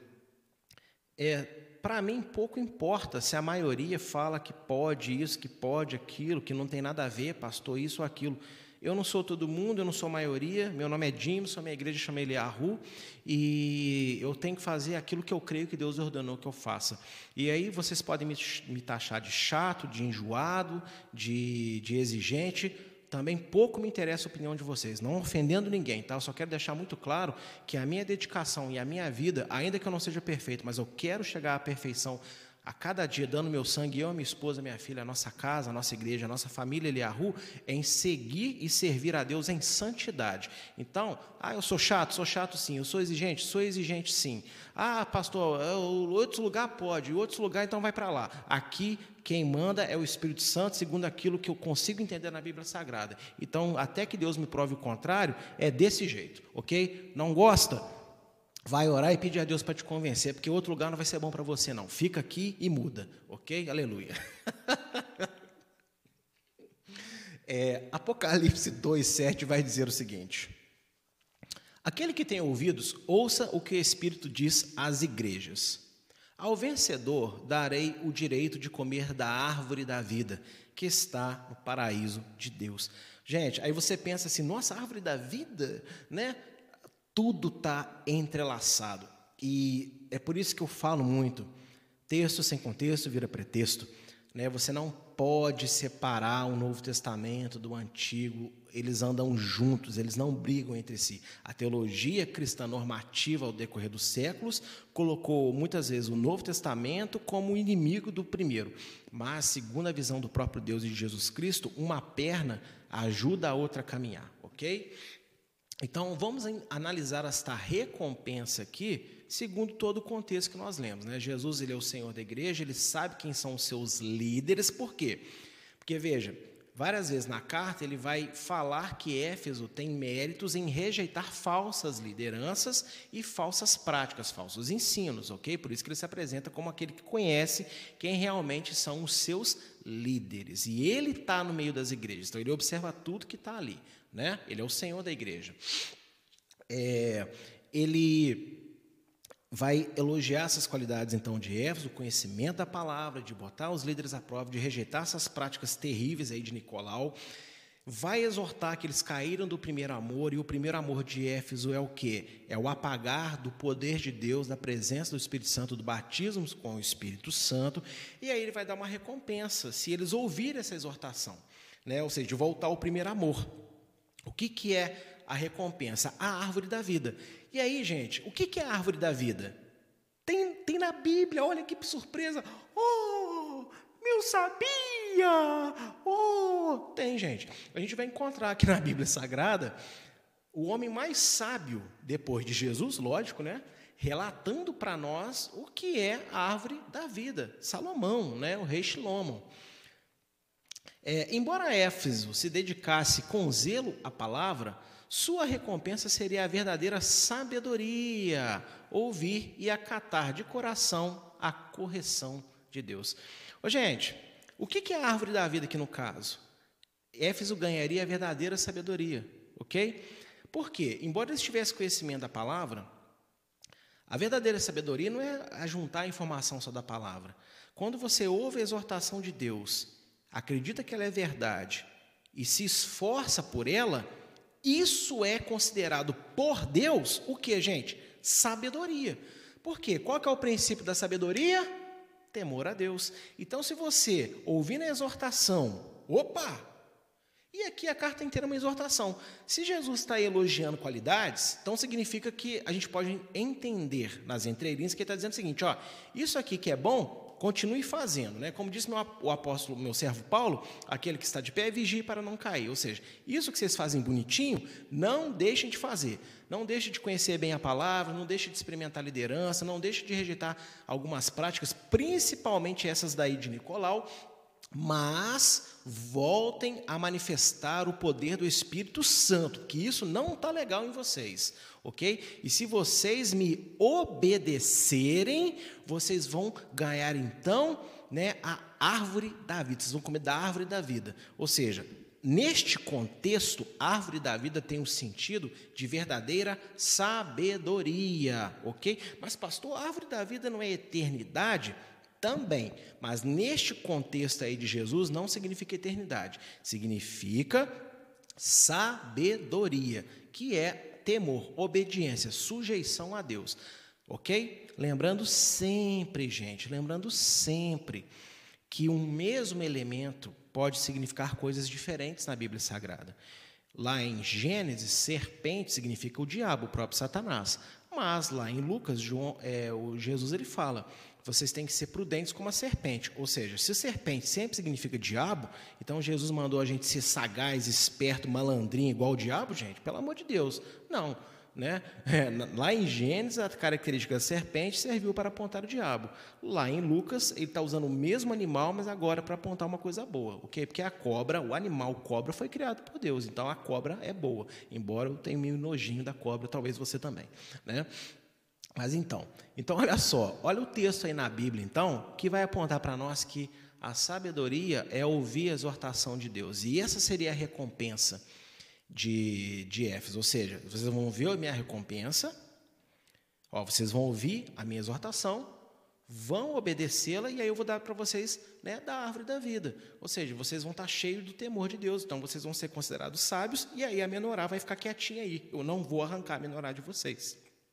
A: para mim pouco importa se a maioria fala que pode isso, que pode aquilo, que não tem nada a ver, pastor, isso ou aquilo. Eu não sou todo mundo, eu não sou maioria, meu nome é Jimson, minha igreja chama Eliahu, e eu tenho que fazer aquilo que eu creio que Deus ordenou que eu faça. E aí vocês podem me taxar de chato, de enjoado, de exigente, também pouco me interessa a opinião de vocês, não ofendendo ninguém, tá? Eu só quero deixar muito claro que a minha dedicação e a minha vida, ainda que eu não seja perfeito, mas eu quero chegar à perfeição a cada dia, dando meu sangue, eu, minha esposa, minha filha, a nossa casa, a nossa igreja, a nossa família Eliahu, em seguir e servir a Deus em santidade. Então, eu sou chato sim, eu sou exigente sim. Pastor, outro lugar pode, outro lugar então vai para lá. Aqui, quem manda é o Espírito Santo, segundo aquilo que eu consigo entender na Bíblia Sagrada. Então, até que Deus me prove o contrário, é desse jeito, ok? Não gosta? Vai orar e pedir a Deus para te convencer, porque outro lugar não vai ser bom para você, não. Fica aqui e muda, ok? Aleluia. Apocalipse 2,7 vai dizer o seguinte: aquele que tem ouvidos, ouça o que o Espírito diz às igrejas. Ao vencedor darei o direito de comer da árvore da vida, que está no paraíso de Deus. Gente, aí você pensa assim, nossa, árvore da vida, né? Tudo está entrelaçado, e é por isso que eu falo muito, texto sem contexto vira pretexto, né? Você não pode separar o Novo Testamento do Antigo, eles andam juntos, eles não brigam entre si. A teologia cristã normativa ao decorrer dos séculos colocou muitas vezes o Novo Testamento como inimigo do primeiro, mas segundo a visão do próprio Deus e de Jesus Cristo, uma perna ajuda a outra a caminhar, ok? Então, vamos analisar esta recompensa aqui, segundo todo o contexto que nós lemos, né? Jesus, ele é o Senhor da igreja, ele sabe quem são os seus líderes, por quê? Porque, veja, várias vezes na carta ele vai falar que Éfeso tem méritos em rejeitar falsas lideranças e falsas práticas, falsos ensinos, ok? Por isso que ele se apresenta como aquele que conhece quem realmente são os seus líderes, e ele está no meio das igrejas, então ele observa tudo que está ali, né? Ele é o Senhor da igreja. Ele vai elogiar essas qualidades, então, de Éfeso, o conhecimento da palavra, de botar os líderes à prova, de rejeitar essas práticas terríveis aí de Nicolau, vai exortar que eles caíram do primeiro amor, e o primeiro amor de Éfeso é o quê? É o apagar do poder de Deus, da presença do Espírito Santo, do batismo com o Espírito Santo, e aí ele vai dar uma recompensa, se eles ouvirem essa exortação, né? Ou seja, de voltar ao primeiro amor. O que é a recompensa? A árvore da vida. E aí, gente, o que é a árvore da vida? Tem na Bíblia, olha que surpresa. Oh, eu sabia! Oh, tem, gente. A gente vai encontrar aqui na Bíblia Sagrada o homem mais sábio, depois de Jesus, lógico, né? Relatando para nós o que é a árvore da vida. Salomão, né? O rei Shlomo. Embora Éfeso se dedicasse com zelo à palavra, sua recompensa seria a verdadeira sabedoria, ouvir e acatar de coração a correção de Deus. Gente, o que é a árvore da vida aqui no caso? Éfeso ganharia a verdadeira sabedoria, ok? Por quê? Embora eles tivessem conhecimento da palavra, a verdadeira sabedoria não é ajuntar a informação só da palavra. Quando você ouve a exortação de Deus, acredita que ela é verdade e se esforça por ela, isso é considerado por Deus o que, gente? Sabedoria. Por quê? Qual que é o princípio da sabedoria? temor a Deus. Então, se você, ouvindo a exortação, opa! E aqui a carta inteira é uma exortação. Se Jesus está elogiando qualidades, então significa que a gente pode entender nas entrelinhas que ele está dizendo o seguinte, ó, isso aqui que é bom, continue fazendo, né? Como disse o apóstolo, meu servo Paulo, aquele que está de pé, vigie para não cair. Ou seja, isso que vocês fazem bonitinho, não deixem de fazer. Não deixem de conhecer bem a palavra, não deixem de experimentar a liderança, não deixem de rejeitar algumas práticas, principalmente essas daí de Nicolau, mas voltem a manifestar o poder do Espírito Santo, que isso não está legal em vocês, ok? E se vocês me obedecerem, vocês vão ganhar então, né, a árvore da vida, vocês vão comer da árvore da vida. Ou seja, neste contexto, árvore da vida tem um sentido de verdadeira sabedoria, ok? Mas pastor, árvore da vida não é eternidade? Também, mas neste contexto aí de Jesus não significa eternidade, significa sabedoria, que é temor, obediência, sujeição a Deus, ok? Lembrando sempre, gente, lembrando sempre que um mesmo elemento pode significar coisas diferentes na Bíblia Sagrada. Lá em Gênesis, serpente significa o diabo, o próprio Satanás, mas lá em Lucas, Jesus ele fala, vocês têm que ser prudentes como a serpente. Ou seja, se serpente sempre significa diabo, então Jesus mandou a gente ser sagaz, esperto, malandrinho, igual o diabo, gente? Pelo amor de Deus. Não. Né? Lá em Gênesis, a característica da serpente serviu para apontar o diabo. Lá em Lucas, ele está usando o mesmo animal, mas agora para apontar uma coisa boa. Okay? Porque a cobra, o animal cobra, foi criado por Deus. Então, a cobra é boa. Embora eu tenha meio nojinho da cobra, talvez você também. Né? Mas então, olha só, olha o texto aí na Bíblia, então, que vai apontar para nós que a sabedoria é ouvir a exortação de Deus. E essa seria a recompensa de Éfeso. Ou seja, vocês vão ouvir a minha recompensa, vocês vão ouvir a minha exortação, vão obedecê-la, e aí eu vou dar para vocês, né, da árvore da vida. Ou seja, vocês vão estar cheios do temor de Deus, então vocês vão ser considerados sábios, e aí a menorá vai ficar quietinha aí. Eu não vou arrancar a menorá de vocês.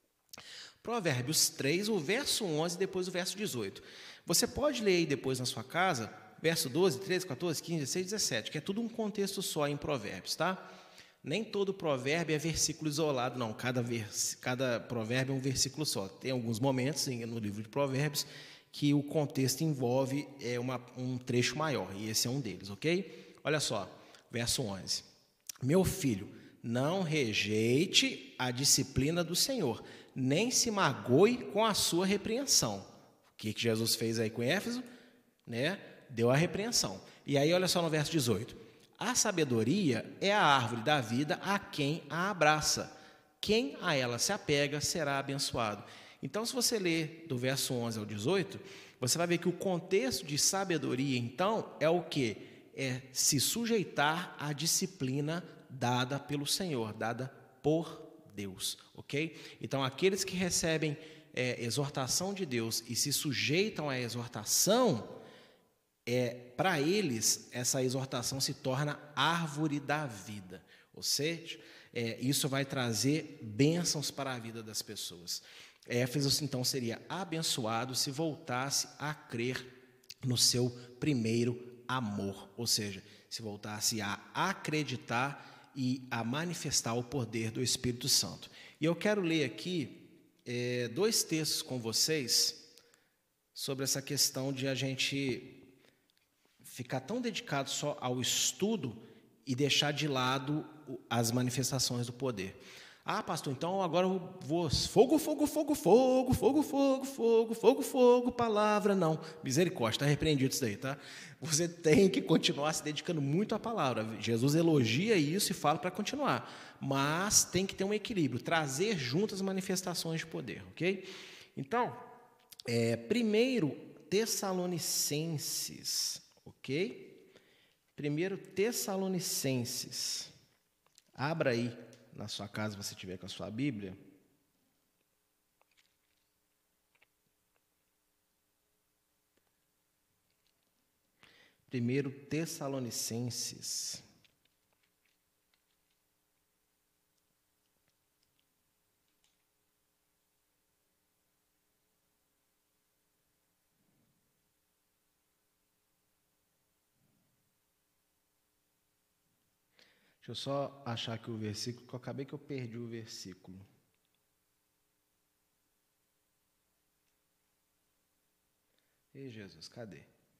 A: Provérbios 3, o verso 11, depois o verso 18. Você pode ler aí depois na sua casa, verso 12, 13, 14, 15, 16, 17, que é tudo um contexto só em Provérbios, tá? Nem todo provérbio é versículo isolado, não. Cada provérbio é um versículo só. Tem alguns momentos no livro de Provérbios que o contexto envolve um trecho maior, e esse é um deles, ok? Olha só, verso 11. Meu filho, não rejeite a disciplina do Senhor, nem se magoe com a sua repreensão. O que Jesus fez aí com Éfeso? Né? Deu a repreensão. E aí, olha só no verso 18. A sabedoria é a árvore da vida a quem a abraça. Quem a ela se apega será abençoado. Então, se você ler do verso 11 ao 18, você vai ver que o contexto de sabedoria, então, é o quê? É se sujeitar à disciplina dada pelo Senhor, dada por Deus, ok? Então, aqueles que recebem exortação de Deus e se sujeitam à exortação, para eles, essa exortação se torna árvore da vida. Ou seja, isso vai trazer bênçãos para a vida das pessoas. Éfeso, então, seria abençoado se voltasse a crer no seu primeiro amor. Ou seja, se voltasse a acreditar e a manifestar o poder do Espírito Santo. E eu quero ler aqui 2 textos com vocês sobre essa questão de a gente ficar tão dedicado só ao estudo e deixar de lado as manifestações do poder. Ah, pastor, então agora eu vou fogo, fogo, fogo, fogo, fogo, fogo, fogo, fogo, fogo, palavra, não. Misericórdia, está repreendido isso daí, tá? Você tem que continuar se dedicando muito à palavra. Jesus elogia isso e fala para continuar. Mas tem que ter um equilíbrio, trazer juntas as manifestações de poder, ok? Então, 1 Tessalonicenses, ok? 1 Tessalonicenses. Abra aí na sua casa, se você tiver com a sua Bíblia. Primeiro Tessalonicenses. Deixa eu só achar aqui o versículo, que eu acabei que eu perdi o versículo. Ei, Jesus, cadê?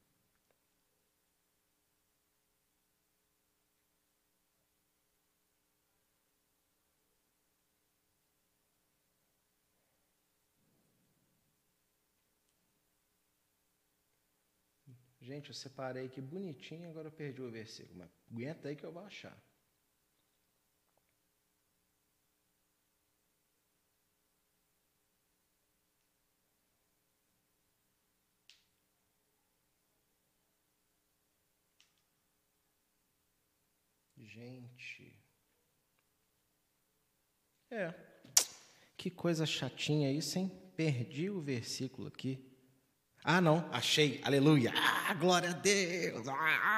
A: Gente, eu separei aqui bonitinho, agora eu perdi o versículo, mas aguenta aí que eu vou achar. Gente. Que coisa chatinha isso, hein? Perdi o versículo aqui. Ah, não, achei. Aleluia. Glória a Deus.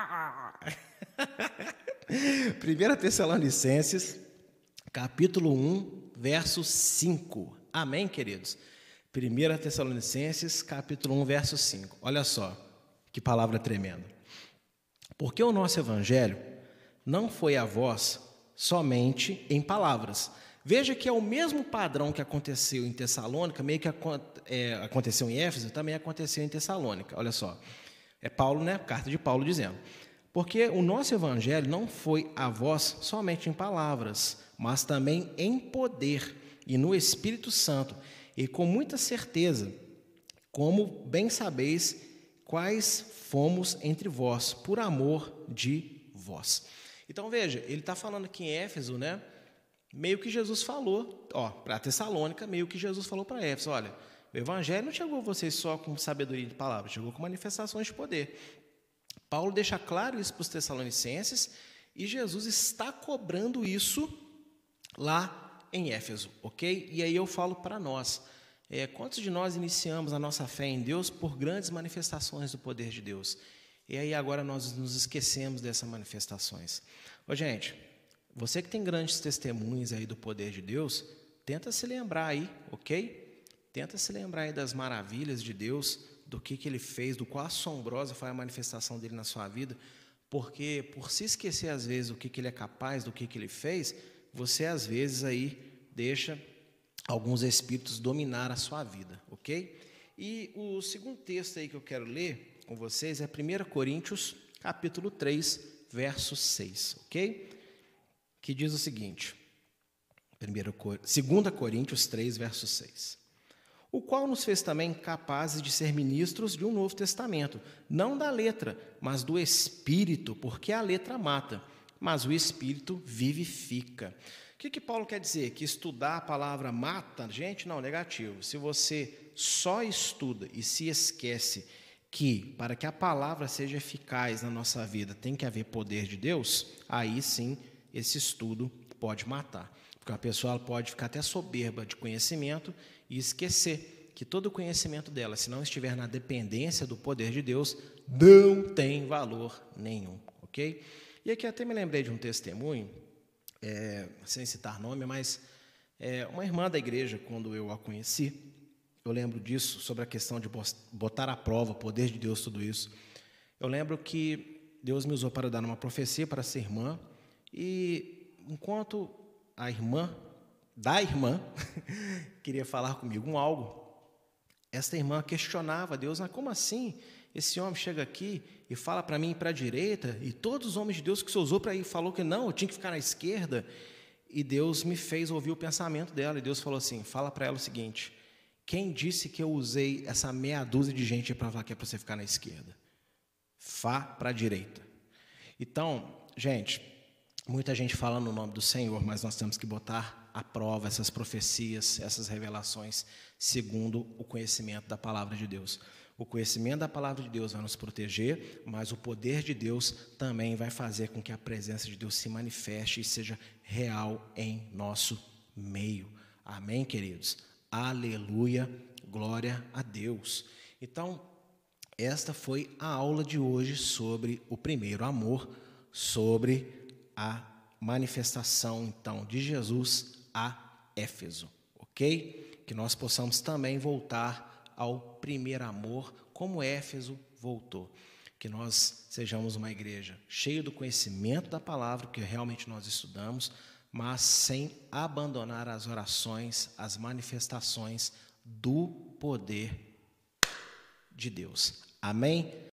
A: 1 Tessalonicenses, capítulo 1, verso 5. Amém, queridos? 1 Tessalonicenses, capítulo 1, verso 5. Olha só, que palavra tremenda. Porque o nosso evangelho não foi a vós somente em palavras. Veja que é o mesmo padrão que aconteceu em Tessalônica, meio que aconteceu em Éfeso, também aconteceu em Tessalônica. Olha só, é Paulo, né? Carta de Paulo dizendo: porque o nosso evangelho não foi a vós somente em palavras, mas também em poder e no Espírito Santo, e com muita certeza, como bem sabeis, quais fomos entre vós, por amor de vós. Então veja, ele está falando aqui em Éfeso, né? Meio que Jesus falou, para Tessalônica, meio que Jesus falou para Éfeso: olha, o evangelho não chegou a vocês só com sabedoria de palavras, chegou com manifestações de poder. Paulo deixa claro isso para os tessalonicenses e Jesus está cobrando isso lá em Éfeso, ok? E aí eu falo para nós, quantos de nós iniciamos a nossa fé em Deus por grandes manifestações do poder de Deus? E aí agora nós nos esquecemos dessas manifestações. Gente, você que tem grandes testemunhos aí do poder de Deus, tenta se lembrar aí, ok? Tenta se lembrar aí das maravilhas de Deus, do que Ele fez, do quão assombrosa foi a manifestação dele na sua vida, porque por se esquecer às vezes do que Ele é capaz, do que Ele fez, você às vezes aí deixa alguns espíritos dominar a sua vida, ok? E o segundo texto aí que eu quero ler com vocês é 1 Coríntios, capítulo 3, verso 6, ok? Que diz o seguinte, 2 Coríntios 3, verso 6. O qual nos fez também capazes de ser ministros de um novo testamento, não da letra, mas do Espírito, porque a letra mata, mas o Espírito vivifica. O que Paulo quer dizer? Que estudar a palavra mata? Gente, não, negativo. Se você só estuda e se esquece que para que a palavra seja eficaz na nossa vida tem que haver poder de Deus, aí sim esse estudo pode matar. Porque a pessoa pode ficar até soberba de conhecimento e esquecer que todo o conhecimento dela, se não estiver na dependência do poder de Deus, não tem valor nenhum, ok? E aqui até me lembrei de um testemunho, sem citar nome, mas uma irmã da igreja, quando eu a conheci, eu lembro disso, sobre a questão de botar à prova o poder de Deus, tudo isso. Eu lembro que Deus me usou para dar uma profecia para essa irmã, e enquanto a irmã queria falar comigo algo, esta irmã questionava Deus: mas como assim? Esse homem chega aqui e fala para mim ir para a direita, e todos os homens de Deus que você usou para ir falou que não, eu tinha que ficar na esquerda. E Deus me fez ouvir o pensamento dela, e Deus falou assim: fala para ela o seguinte, quem disse que eu usei essa meia dúzia de gente para falar que é para você ficar na esquerda? Vá para a direita. Então, gente, muita gente fala no nome do Senhor, mas nós temos que botar à prova essas profecias, essas revelações, segundo o conhecimento da palavra de Deus. O conhecimento da palavra de Deus vai nos proteger, mas o poder de Deus também vai fazer com que a presença de Deus se manifeste e seja real em nosso meio. Amém, queridos? Aleluia, glória a Deus. Então, esta foi a aula de hoje sobre o primeiro amor, sobre a manifestação, então, de Jesus a Éfeso, ok? Que nós possamos também voltar ao primeiro amor, como Éfeso voltou. que nós sejamos uma igreja cheia do conhecimento da palavra, que realmente nós estudamos, mas sem abandonar as orações, as manifestações do poder de Deus. Amém?